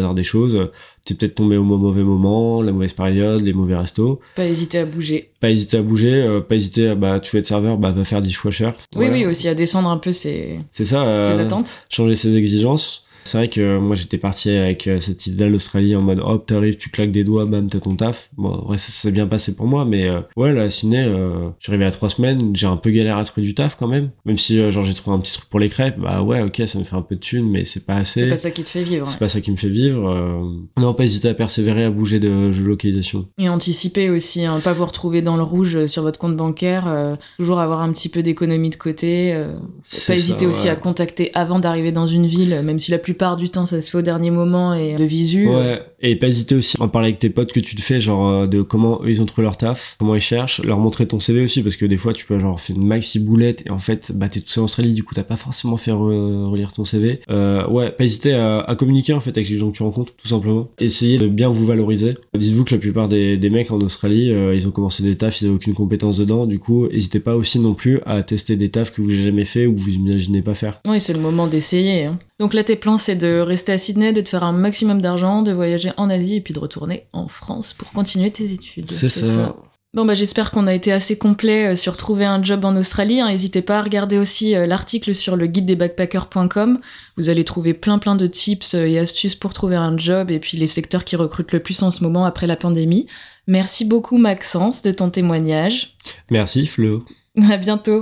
[SPEAKER 2] choses. T'es peut-être tombé au mauvais moment, la mauvaise période, les mauvais restos.
[SPEAKER 1] Pas hésiter à bouger.
[SPEAKER 2] Pas hésiter à bouger, pas hésiter à, tu veux être serveur, va faire dishwasher.
[SPEAKER 1] Oui, aussi à descendre un peu ses attentes.
[SPEAKER 2] Changer ses exigences. C'est vrai que moi j'étais parti avec cette idée d'Australie en mode hop, t'arrives, tu claques des doigts, bam, t'as ton taf. Bon, en vrai, ça s'est bien passé pour moi, mais la ciné, je suis arrivé à 3 semaines, j'ai un peu galéré à trouver du taf quand même. Même si j'ai trouvé un petit truc pour les crêpes, ok, ça me fait un peu de thunes, mais c'est pas assez.
[SPEAKER 1] C'est pas ça qui te fait vivre.
[SPEAKER 2] C'est pas ça qui me fait vivre. Non, pas hésiter à persévérer, à bouger de localisation.
[SPEAKER 1] Et anticiper aussi, pas vous retrouver dans le rouge sur votre compte bancaire, toujours avoir un petit peu d'économie de côté. Pas hésiter aussi à contacter avant d'arriver dans une ville, même si la plupart du temps ça se fait au dernier moment et de visu.
[SPEAKER 2] Ouais, et pas hésiter aussi à en parler avec tes potes que tu te fais, genre de comment eux ils ont trouvé leur taf, comment ils cherchent, leur montrer ton CV aussi, parce que des fois tu peux genre faire une maxi boulette et en fait t'es tout seul en Australie, du coup t'as pas forcément fait relire ton CV. Pas hésiter à communiquer en fait avec les gens que tu rencontres, tout simplement. Essayez de bien vous valoriser. Dites-vous que la plupart des mecs en Australie, ils ont commencé des tafs, ils avaient aucune compétence dedans, du coup n'hésitez pas aussi non plus à tester des tafs que vous n'avez jamais fait ou que vous imaginez pas faire.
[SPEAKER 1] Oui, c'est le moment d'essayer. Donc là, tes plans, c'est de rester à Sydney, de te faire un maximum d'argent, de voyager en Asie et puis de retourner en France pour continuer tes études.
[SPEAKER 2] C'est ça.
[SPEAKER 1] Bon, j'espère qu'on a été assez complet sur trouver un job en Australie. N'hésitez pas à regarder aussi l'article sur le guide-des-backpackers.com. Vous allez trouver plein de tips et astuces pour trouver un job et puis les secteurs qui recrutent le plus en ce moment après la pandémie. Merci beaucoup, Maxence, de ton témoignage.
[SPEAKER 2] Merci, Flo.
[SPEAKER 1] À bientôt.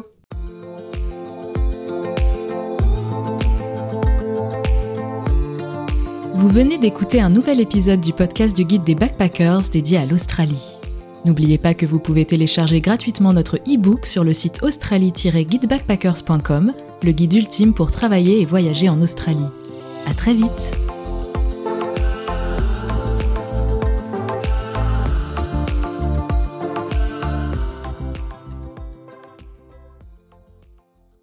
[SPEAKER 3] Vous venez d'écouter un nouvel épisode du podcast du Guide des Backpackers dédié à l'Australie. N'oubliez pas que vous pouvez télécharger gratuitement notre e-book sur le site australie-guidebackpackers.com, le guide ultime pour travailler et voyager en Australie. À très vite!